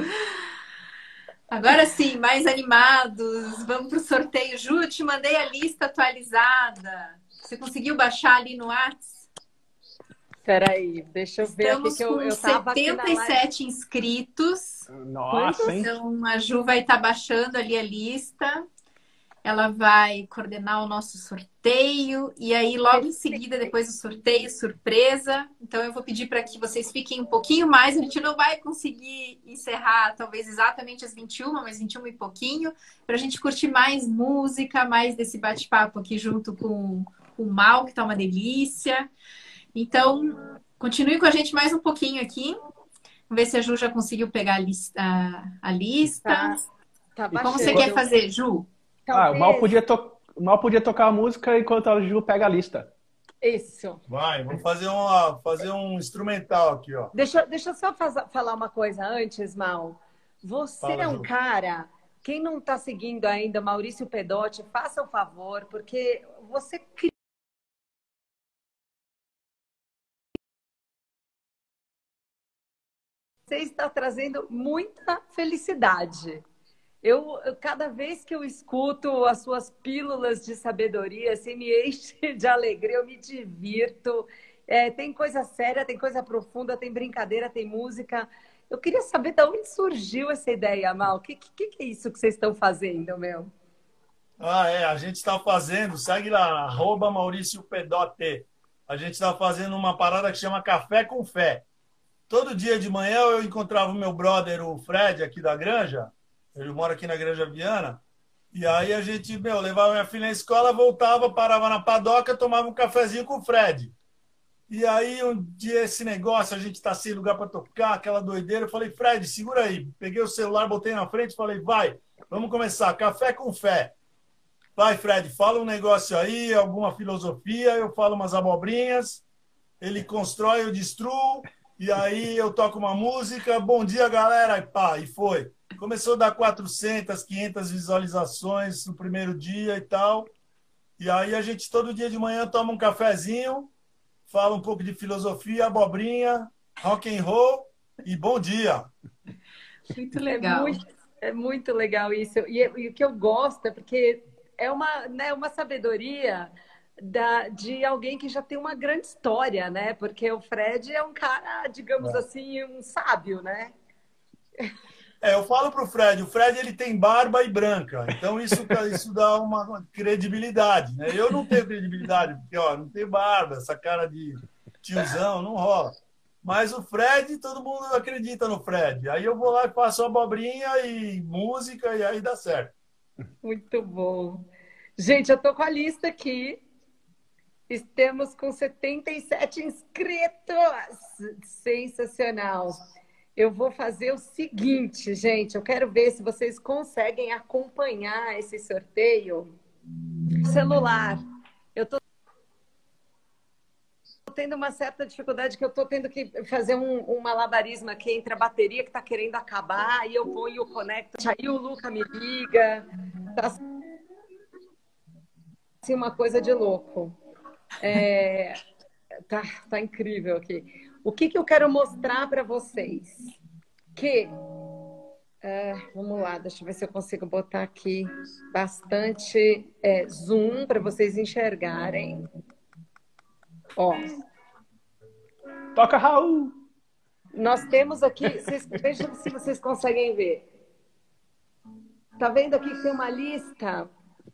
Agora sim, mais animados. Vamos para o sorteio. Ju, te mandei a lista atualizada. Você conseguiu baixar ali no WhatsApp? Espera aí, deixa eu ver aqui que eu tava aqui na live. 77 inscritos. Nossa, hein? Então, a Ju vai estar baixando ali a lista. Ela vai coordenar o nosso sorteio. E aí, logo em seguida, depois do sorteio, surpresa. Então, eu vou pedir para que vocês fiquem um pouquinho mais. A gente não vai conseguir encerrar, talvez, exatamente às 21, mas 21 e pouquinho. Para a gente curtir mais música, mais desse bate-papo aqui junto com o Mal, que tá uma delícia. Então, continue com a gente mais um pouquinho aqui. Vamos ver se a Ju já conseguiu pegar a lista. Tá e como você quer fazer, Ju? O Mal podia tocar a música enquanto a Ju pega a lista. Isso. Vai, vamos fazer um instrumental aqui, ó. Deixa eu só falar uma coisa antes, Mal. Você Fala, é um Ju. cara... Quem não está seguindo ainda Maurício Pedotti, faça o favor, porque você está trazendo muita felicidade. Cada vez que eu escuto as suas pílulas de sabedoria, assim, me enche de alegria, eu me divirto. Tem coisa séria, tem coisa profunda, tem brincadeira, tem música. Eu queria saber de onde surgiu essa ideia, Mal. O que é isso que vocês estão fazendo, meu? A gente está fazendo, segue lá, @Maurício Pedotti. A gente está fazendo uma parada que chama Café com Fé. Todo dia de manhã eu encontrava o meu brother, o Fred, aqui da Granja. Ele mora aqui na Granja Viana. E aí a gente, levava minha filha na escola, voltava, parava na padoca, tomava um cafezinho com o Fred. E aí, um dia, esse negócio, a gente tá sem lugar para tocar, aquela doideira. Eu falei, Fred, segura aí. Peguei o celular, botei na frente e falei, vai, vamos começar. Café com fé. Vai, Fred, fala um negócio aí, alguma filosofia, eu falo umas abobrinhas, ele constrói, eu destruo, e aí eu toco uma música, bom dia, galera, e pá, e foi. Começou a dar 400, 500 visualizações no primeiro dia e tal, e aí a gente todo dia de manhã toma um cafezinho, fala um pouco de filosofia, abobrinha, rock and roll, e bom dia. Muito legal. É muito legal isso. E o que eu gosto é porque é uma, né, uma sabedoria de alguém que já tem uma grande história, né? Porque o Fred é um cara, digamos assim, um sábio, né? Eu falo pro Fred, o Fred ele tem barba e branca, então isso dá uma credibilidade, né? Eu não tenho credibilidade, porque ó, não tenho barba, essa cara de tiozão, não rola. Mas o Fred, todo mundo acredita no Fred. Aí eu vou lá e faço abobrinha e música e aí dá certo. Muito bom. Gente, eu tô com a lista aqui. Estamos com 77 inscritos. Sensacional. Eu vou fazer o seguinte, gente. Eu quero ver se vocês conseguem acompanhar esse sorteio. Celular. Eu tô tendo uma certa dificuldade, que eu tô tendo que fazer um malabarismo aqui entre a bateria que tá querendo acabar, e eu vou e o conecto. Aí o Luca me liga. Tá assim, uma coisa de louco. Tá incrível aqui. O que eu quero mostrar para vocês? Vamos lá, deixa eu ver se eu consigo botar aqui bastante zoom para vocês enxergarem. Ó. Toca, Raul! Nós temos aqui, vejam se vocês conseguem ver. Tá vendo aqui que tem uma lista?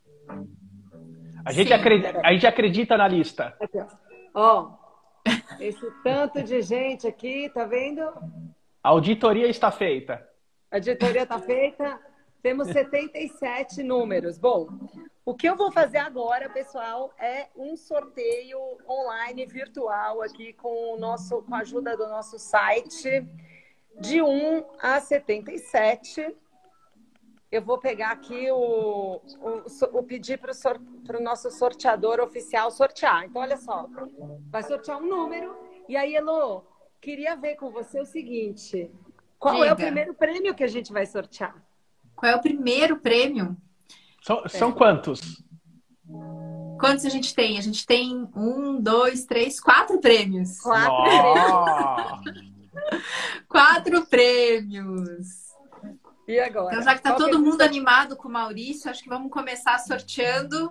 A gente acredita na lista. Aqui, ó. Esse tanto de gente aqui, tá vendo? A auditoria está feita. A auditoria está feita. Temos 77 números. Bom, o que eu vou fazer agora, pessoal, é um sorteio online virtual aqui com a ajuda do nosso site, de 1 a 77. Eu vou pegar aqui o pedir para o nosso sorteador oficial sortear. Então, olha só, vai sortear um número. E aí, Elô, queria ver com você o seguinte: qual é o primeiro prêmio que a gente vai sortear? Qual é o primeiro prêmio? São quantos? Quantos a gente tem? A gente tem 1, 2, 3, 4 prêmios. 4 prêmios. E agora? Então, já que está todo mundo animado com o Maurício, acho que vamos começar sorteando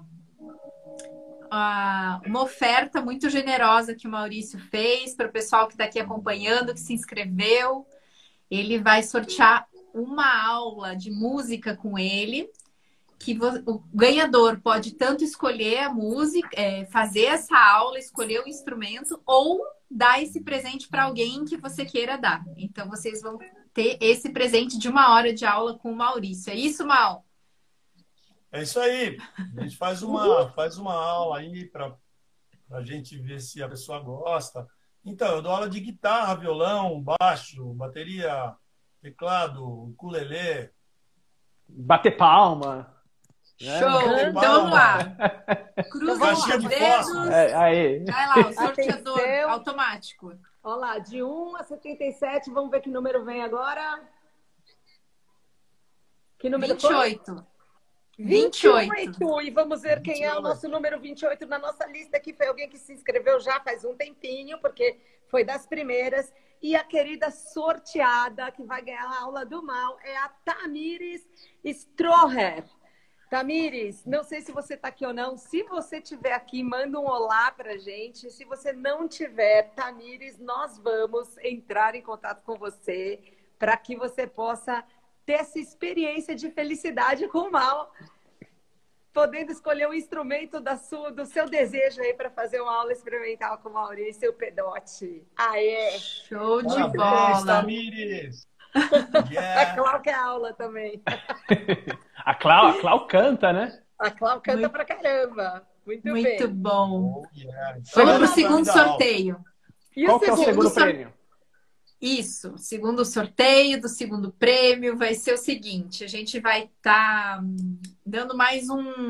uma oferta muito generosa que o Maurício fez para o pessoal que está aqui acompanhando, que se inscreveu. Ele vai sortear uma aula de música com ele, que o ganhador pode tanto escolher a música, fazer essa aula, escolher o instrumento, ou dar esse presente para alguém que você queira dar. Então, vocês vão ter esse presente de 1 hora de aula com o Maurício. É isso, Mal? É isso aí. A gente faz uma aula aí para a gente ver se a pessoa gosta. Então, eu dou aula de guitarra, violão, baixo, bateria, teclado, ukulele. Bater palma. Show! Então vamos lá. Cruza os dedos. Aí. Vai lá, o sorteador automático. Olha lá, de 1 a 77, vamos ver que número vem agora. Que número 28. Foi? 28. E vamos ver quem é o nosso número 28 na nossa lista, que foi alguém que se inscreveu já faz um tempinho, porque foi das primeiras. E a querida sorteada que vai ganhar a aula do Mal é a Tamires Stroher. Tamires, não sei se você está aqui ou não. Se você estiver aqui, manda um olá para a gente. Se você não tiver, Tamires, nós vamos entrar em contato com você para que você possa ter essa experiência de felicidade com o Mal, podendo escolher o instrumento do seu desejo aí para fazer uma aula experimental com o Maurício Pedotti. Aê! Show de bola! Tamires! Yeah. A Clau quer aula também. A Clau canta, né? A Clau canta pra caramba. Muito bem. Muito bom. Oh, yeah. Vamos pro segundo sorteio. E Qual que é o segundo sor- prêmio? Isso, segundo sorteio do segundo prêmio vai ser o seguinte: a gente vai estar dando mais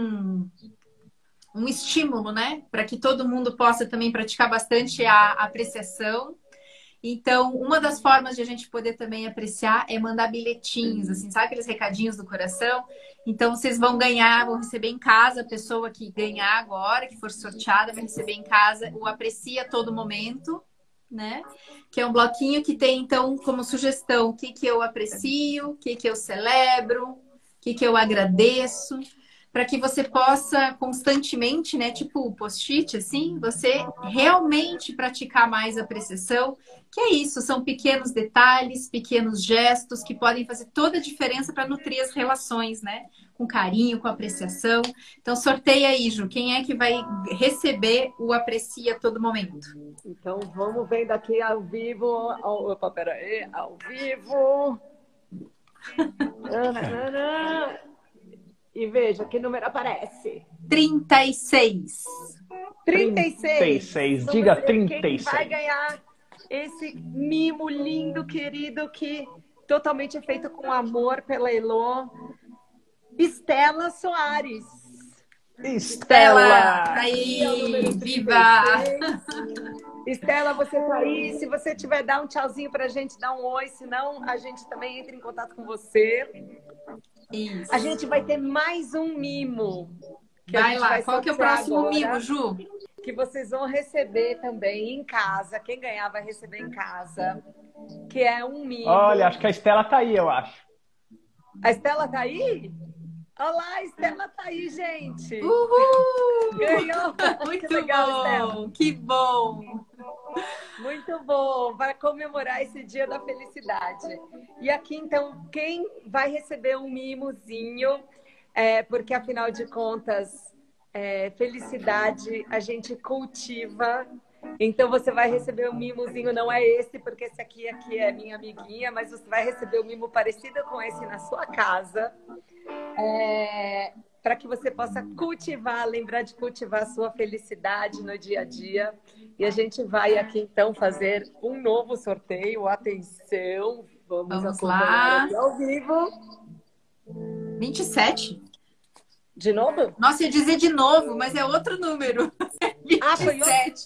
um estímulo, né? Para que todo mundo possa também praticar bastante a apreciação. Então, uma das formas de a gente poder também apreciar é mandar bilhetinhos, assim, sabe aqueles recadinhos do coração? Então, vocês vão ganhar, vão receber em casa, a pessoa que ganhar agora, que for sorteada, vai receber em casa o Aprecia a Todo Momento, né? Que é um bloquinho que tem, então, como sugestão, o que que eu aprecio, o que que eu celebro, o que que eu agradeço, para que você possa constantemente, né, tipo post-it, assim, você realmente praticar mais a apreciação, que é isso, são pequenos detalhes, pequenos gestos que podem fazer toda a diferença para nutrir as relações, né? Com carinho, com apreciação. Então, sorteia aí, Ju, quem é que vai receber o Aprecia a Todo Momento? Então, vamos vendo aqui ao vivo. Opa, peraí, ao vivo. Nananana. E veja que número aparece. 36. 36. 36. Vamos Diga ver quem 36. vai ganhar esse mimo lindo, querido, que totalmente é feito com amor pela Elô. Estela Soares. Estela! Aí, É o número viva! 36. Estela, você tá aí? Se você tiver, dá um tchauzinho pra gente, dá um oi, senão a gente também entra em contato com você. Isso. A gente vai ter mais um mimo. Que a Vai gente lá, vai qual que é o sortear próximo agora, mimo, Ju? que vocês vão receber também em casa. Quem ganhar vai receber em casa. Que é um mimo. Olha, acho que a Estela tá aí, eu acho. A Estela tá aí? Olá, a Estela tá aí, gente. Uhul! Ganhou! Muito Que legal, bom! Estela. Que bom! Muito bom, para comemorar esse dia da felicidade. E aqui, então, quem vai receber um mimozinho, porque afinal de contas, felicidade a gente cultiva. Então, você vai receber um mimozinho, não é esse, porque esse aqui é minha amiguinha, mas você vai receber um mimo parecido com esse na sua casa. Para que você possa cultivar, lembrar de cultivar a sua felicidade no dia a dia. E a gente vai aqui, então, fazer um novo sorteio. Atenção, vamos acompanhar lá. aqui ao vivo. 27? De novo? Nossa, ia dizer de novo, mas é outro número. Ah, foi 27.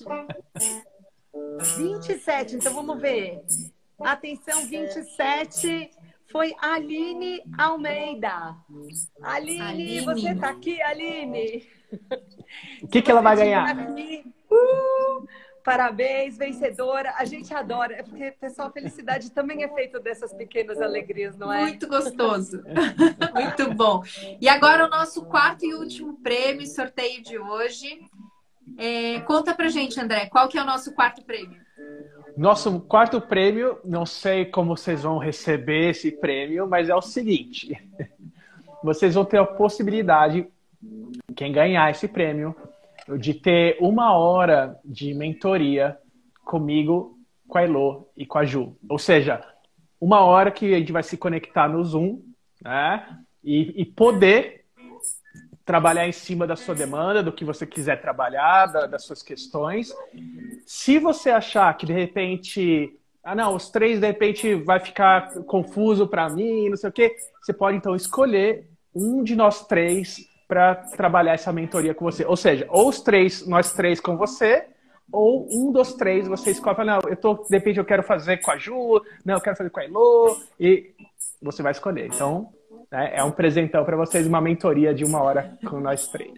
27, então vamos ver. Atenção, 27 foi Aline Almeida. Aline, você tá aqui, Aline? O que ela vai ganhar? Aqui, parabéns, vencedora. A gente adora, porque, pessoal, felicidade também é feito dessas pequenas alegrias, não é? Muito gostoso. Muito bom. E agora o nosso quarto e último prêmio, sorteio de hoje. Conta pra gente, André, qual que é o nosso quarto prêmio? Nosso quarto prêmio, não sei como vocês vão receber esse prêmio, mas é o seguinte. Vocês vão ter a possibilidade, quem ganhar esse prêmio, de ter 1 hora de mentoria comigo, com a Elô e com a Ju. Ou seja, 1 hora que a gente vai se conectar no Zoom, né? E poder trabalhar em cima da sua demanda, do que você quiser trabalhar, das suas questões. Se você achar que, de repente, não, os 3, de repente, vai ficar confuso para mim, não sei o quê, você pode, então, escolher um de nós 3 para trabalhar essa mentoria com você. Ou seja, ou nós 3 com você, ou um dos 3 você escolhe, não, de repente eu quero fazer com a Ju, não, eu quero fazer com a Elô, e você vai escolher. Então, é um presentão para vocês, uma mentoria de 1 hora com nós 3.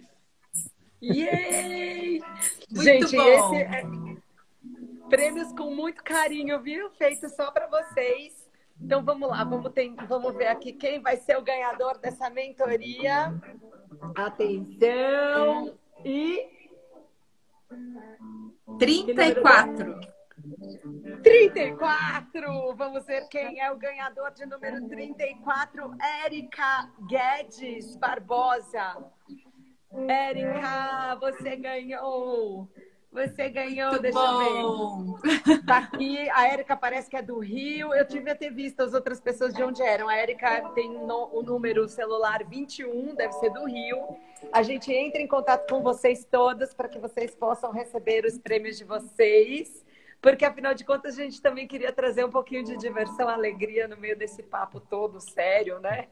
Yay! Muito Gente, bom. Prêmios com muito carinho, viu? Feito só para vocês. Então vamos lá, vamos ver aqui quem vai ser o ganhador dessa mentoria. Atenção! E 34. 34! Vamos ver quem é o ganhador de número 34, Érica Guedes Barbosa. Érica, você ganhou! Você ganhou, Muito deixa bom. eu ver. Tá aqui, a Érica parece que é do Rio. Eu devia ter visto as outras pessoas de onde eram. A Érica tem o número celular 21, deve ser do Rio. A gente entra em contato com vocês todas para que vocês possam receber os prêmios de vocês. porque afinal de contas a gente também queria trazer um pouquinho de diversão, alegria no meio desse papo todo sério, né?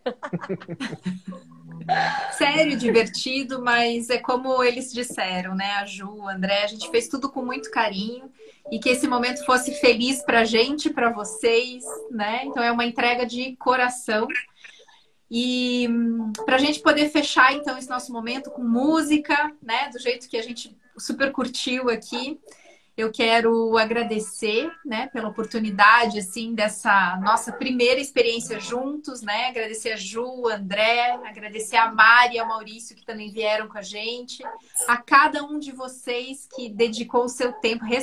Sério, divertido, mas é como eles disseram, né? A Ju, o André, a gente fez tudo com muito carinho e que esse momento fosse feliz pra gente, pra vocês, né? Então é uma entrega de coração. E para a gente poder fechar, então, esse nosso momento com música, né? Do jeito que a gente super curtiu aqui, eu quero agradecer, né? Pela oportunidade, assim, dessa nossa primeira experiência juntos, né? Agradecer a Ju, o André, agradecer a Mari e ao Maurício, que também vieram com a gente. A cada um de vocês que dedicou o seu tempo, como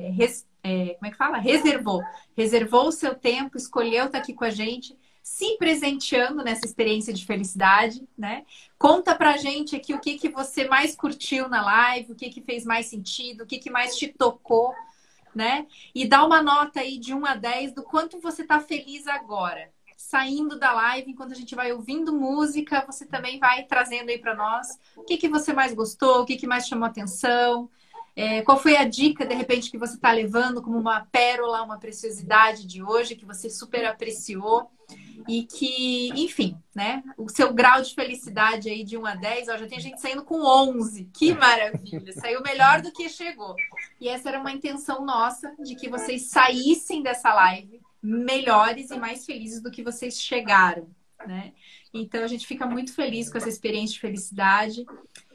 é que fala? Reservou o seu tempo, escolheu estar aqui com a gente, se presenteando nessa experiência de felicidade, né? Conta pra gente aqui o que você mais curtiu na live, o que fez mais sentido, o que mais te tocou, né? E dá uma nota aí de 1 a 10 do quanto você tá feliz agora. Saindo da live, enquanto a gente vai ouvindo música, você também vai trazendo aí pra nós o que você mais gostou, o que mais chamou atenção. Qual foi a dica, de repente, que você está levando como uma pérola, uma preciosidade de hoje, que você super apreciou e que, enfim, né? O seu grau de felicidade aí de 1 a 10, ó, já tem gente saindo com 11. Que maravilha! Saiu melhor do que chegou. E essa era uma intenção nossa, de que vocês saíssem dessa live melhores e mais felizes do que vocês chegaram, né? Então, a gente fica muito feliz com essa experiência de felicidade.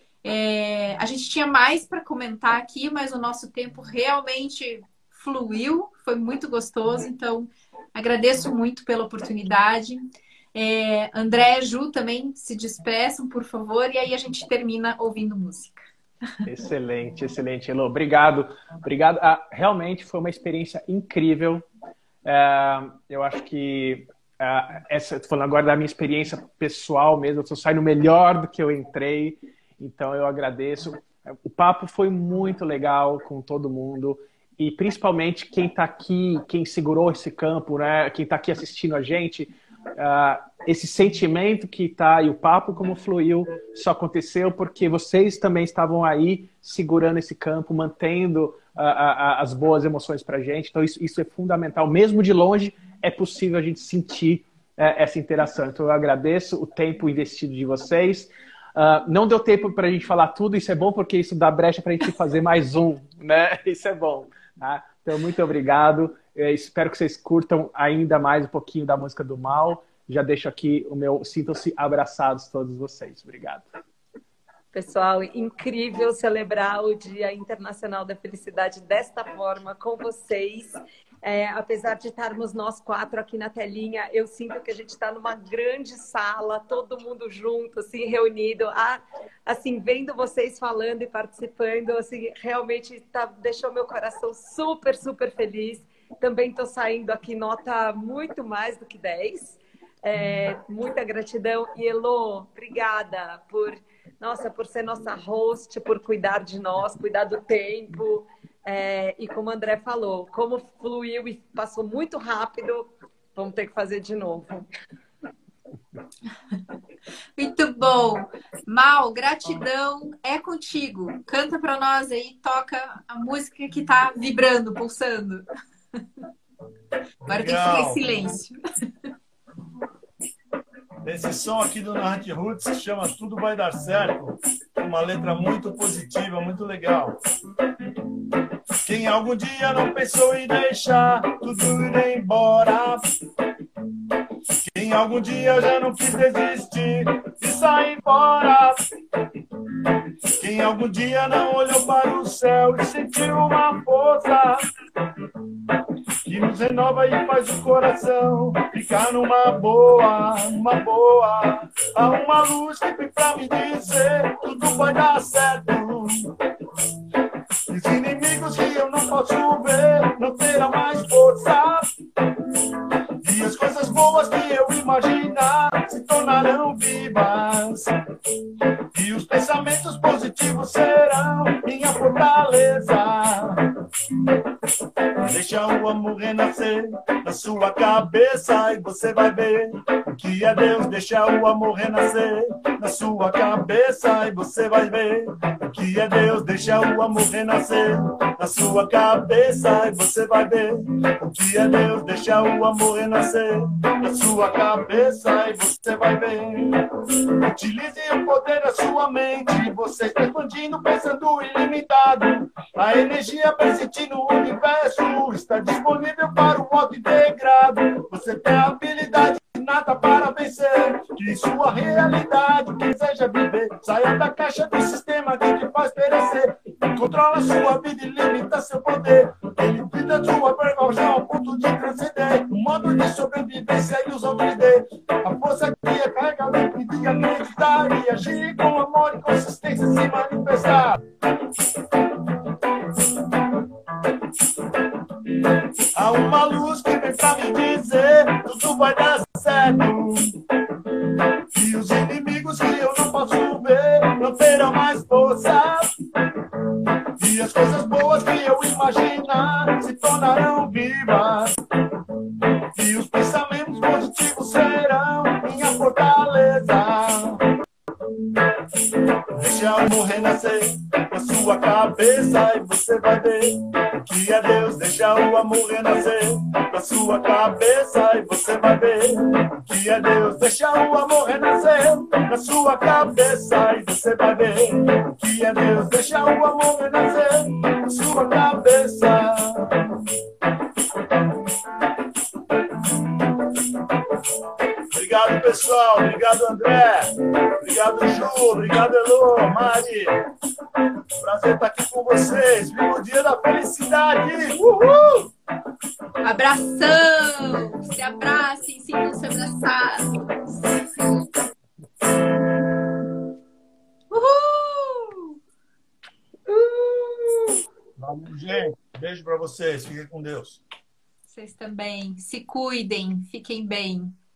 A gente tinha mais para comentar aqui, mas o nosso tempo realmente fluiu, foi muito gostoso, então agradeço muito pela oportunidade. André, Ju, também se despeçam, por favor, e aí a gente termina ouvindo música. Excelente, excelente, Elô. Obrigado. Obrigado. Realmente foi uma experiência incrível. Eu acho que tô falando agora da minha experiência pessoal mesmo, eu estou saindo melhor do que eu entrei. Então, eu agradeço. O papo foi muito legal com todo mundo. E, principalmente, quem está aqui, quem segurou esse campo, né? Quem está aqui assistindo a gente, esse sentimento que está e o papo como fluiu só aconteceu porque vocês também estavam aí segurando esse campo, mantendo as boas emoções para a gente. Então, isso é fundamental. Mesmo de longe, é possível a gente sentir essa interação. Então, eu agradeço o tempo investido de vocês. Não deu tempo para a gente falar tudo, isso é bom porque isso dá brecha para a gente fazer mais um, né? Isso é bom. Tá? Então, muito obrigado. Espero que vocês curtam ainda mais um pouquinho da música do Mal. Já deixo aqui o meu sintam-se abraçados todos vocês. Obrigado. Pessoal, incrível celebrar o Dia Internacional da Felicidade desta forma com vocês. Apesar de estarmos nós 4 aqui na telinha, eu sinto que a gente está numa grande sala, todo mundo junto, assim, reunido. Assim, vendo vocês falando e participando, assim, realmente deixou meu coração super, super feliz. Também estou saindo aqui nota muito mais do que 10. Muita gratidão. E Elô, obrigada por ser nossa host, por cuidar de nós, cuidar do tempo. E como o André falou, como fluiu e passou muito rápido, vamos ter que fazer de novo. Muito bom. Mal, gratidão. É contigo. Canta para nós aí, toca a música que tá vibrando, pulsando. Agora tem que ficar em silêncio. Esse som aqui do Nahat Roots se chama Tudo Vai Dar Certo. Uma letra muito positiva, muito legal. Quem algum dia não pensou em deixar tudo ir embora? Quem algum dia já não quis desistir e sair fora? Quem algum dia não olhou para o céu e sentiu uma força que nos renova e faz o coração ficar numa boa, uma boa. Há uma luz que vem pra me dizer tudo vai dar certo. Os inimigos que eu não posso ver não terão mais força. E as coisas boas que eu imaginar se tornarão vivas. E os pensamentos positivos serão minha fortaleza. Deixa o amor renascer na sua cabeça e você vai ver que é Deus, deixa o amor renascer na sua cabeça e você vai ver. O que é Deus, deixa o amor renascer na sua cabeça e você vai ver. O que é Deus, deixa o amor renascer na sua cabeça e você vai ver. Utilize o poder da sua mente, você está expandindo, pensando ilimitado. A energia presente no universo está disponível para o auto-integrado. Você tem a habilidade nada para vencer, que sua realidade deseja viver. Saia da caixa do sistema que te faz perecer. Controla sua vida e limita seu poder. Ele cuida de sua perversão ao ponto de transcender. Um modo de sobrevivência e os outros dê. A força que recarga o líquido de acreditar e agir com amor e consistência se manifestar. Há uma luz que vem pra me dizer tudo vai dar certo. E os inimigos que eu não posso ver não terão mais força. E as coisas boas que eu imaginar se tornarão vivas. E os pensamentos positivos serão minha fortaleza. Deixa o amor renascer na sua cabeça e você vai ver. O que é Deus, deixa o amor renascer na sua cabeça e você vai ver. O que é Deus, deixa o amor renascer na sua cabeça e você vai ver. O que é Deus, deixa o amor renascer na sua cabeça. Obrigado, pessoal. Obrigado, André. Obrigado, Ju. Obrigado, Elô, Mari. Prazer estar aqui com vocês. Viva o dia da felicidade. Uhul! Abração! Se abracem, sintam-se abraçados. Uhul! Valeu, gente. Beijo para vocês. Fiquem com Deus. Vocês também. Se cuidem. Fiquem bem.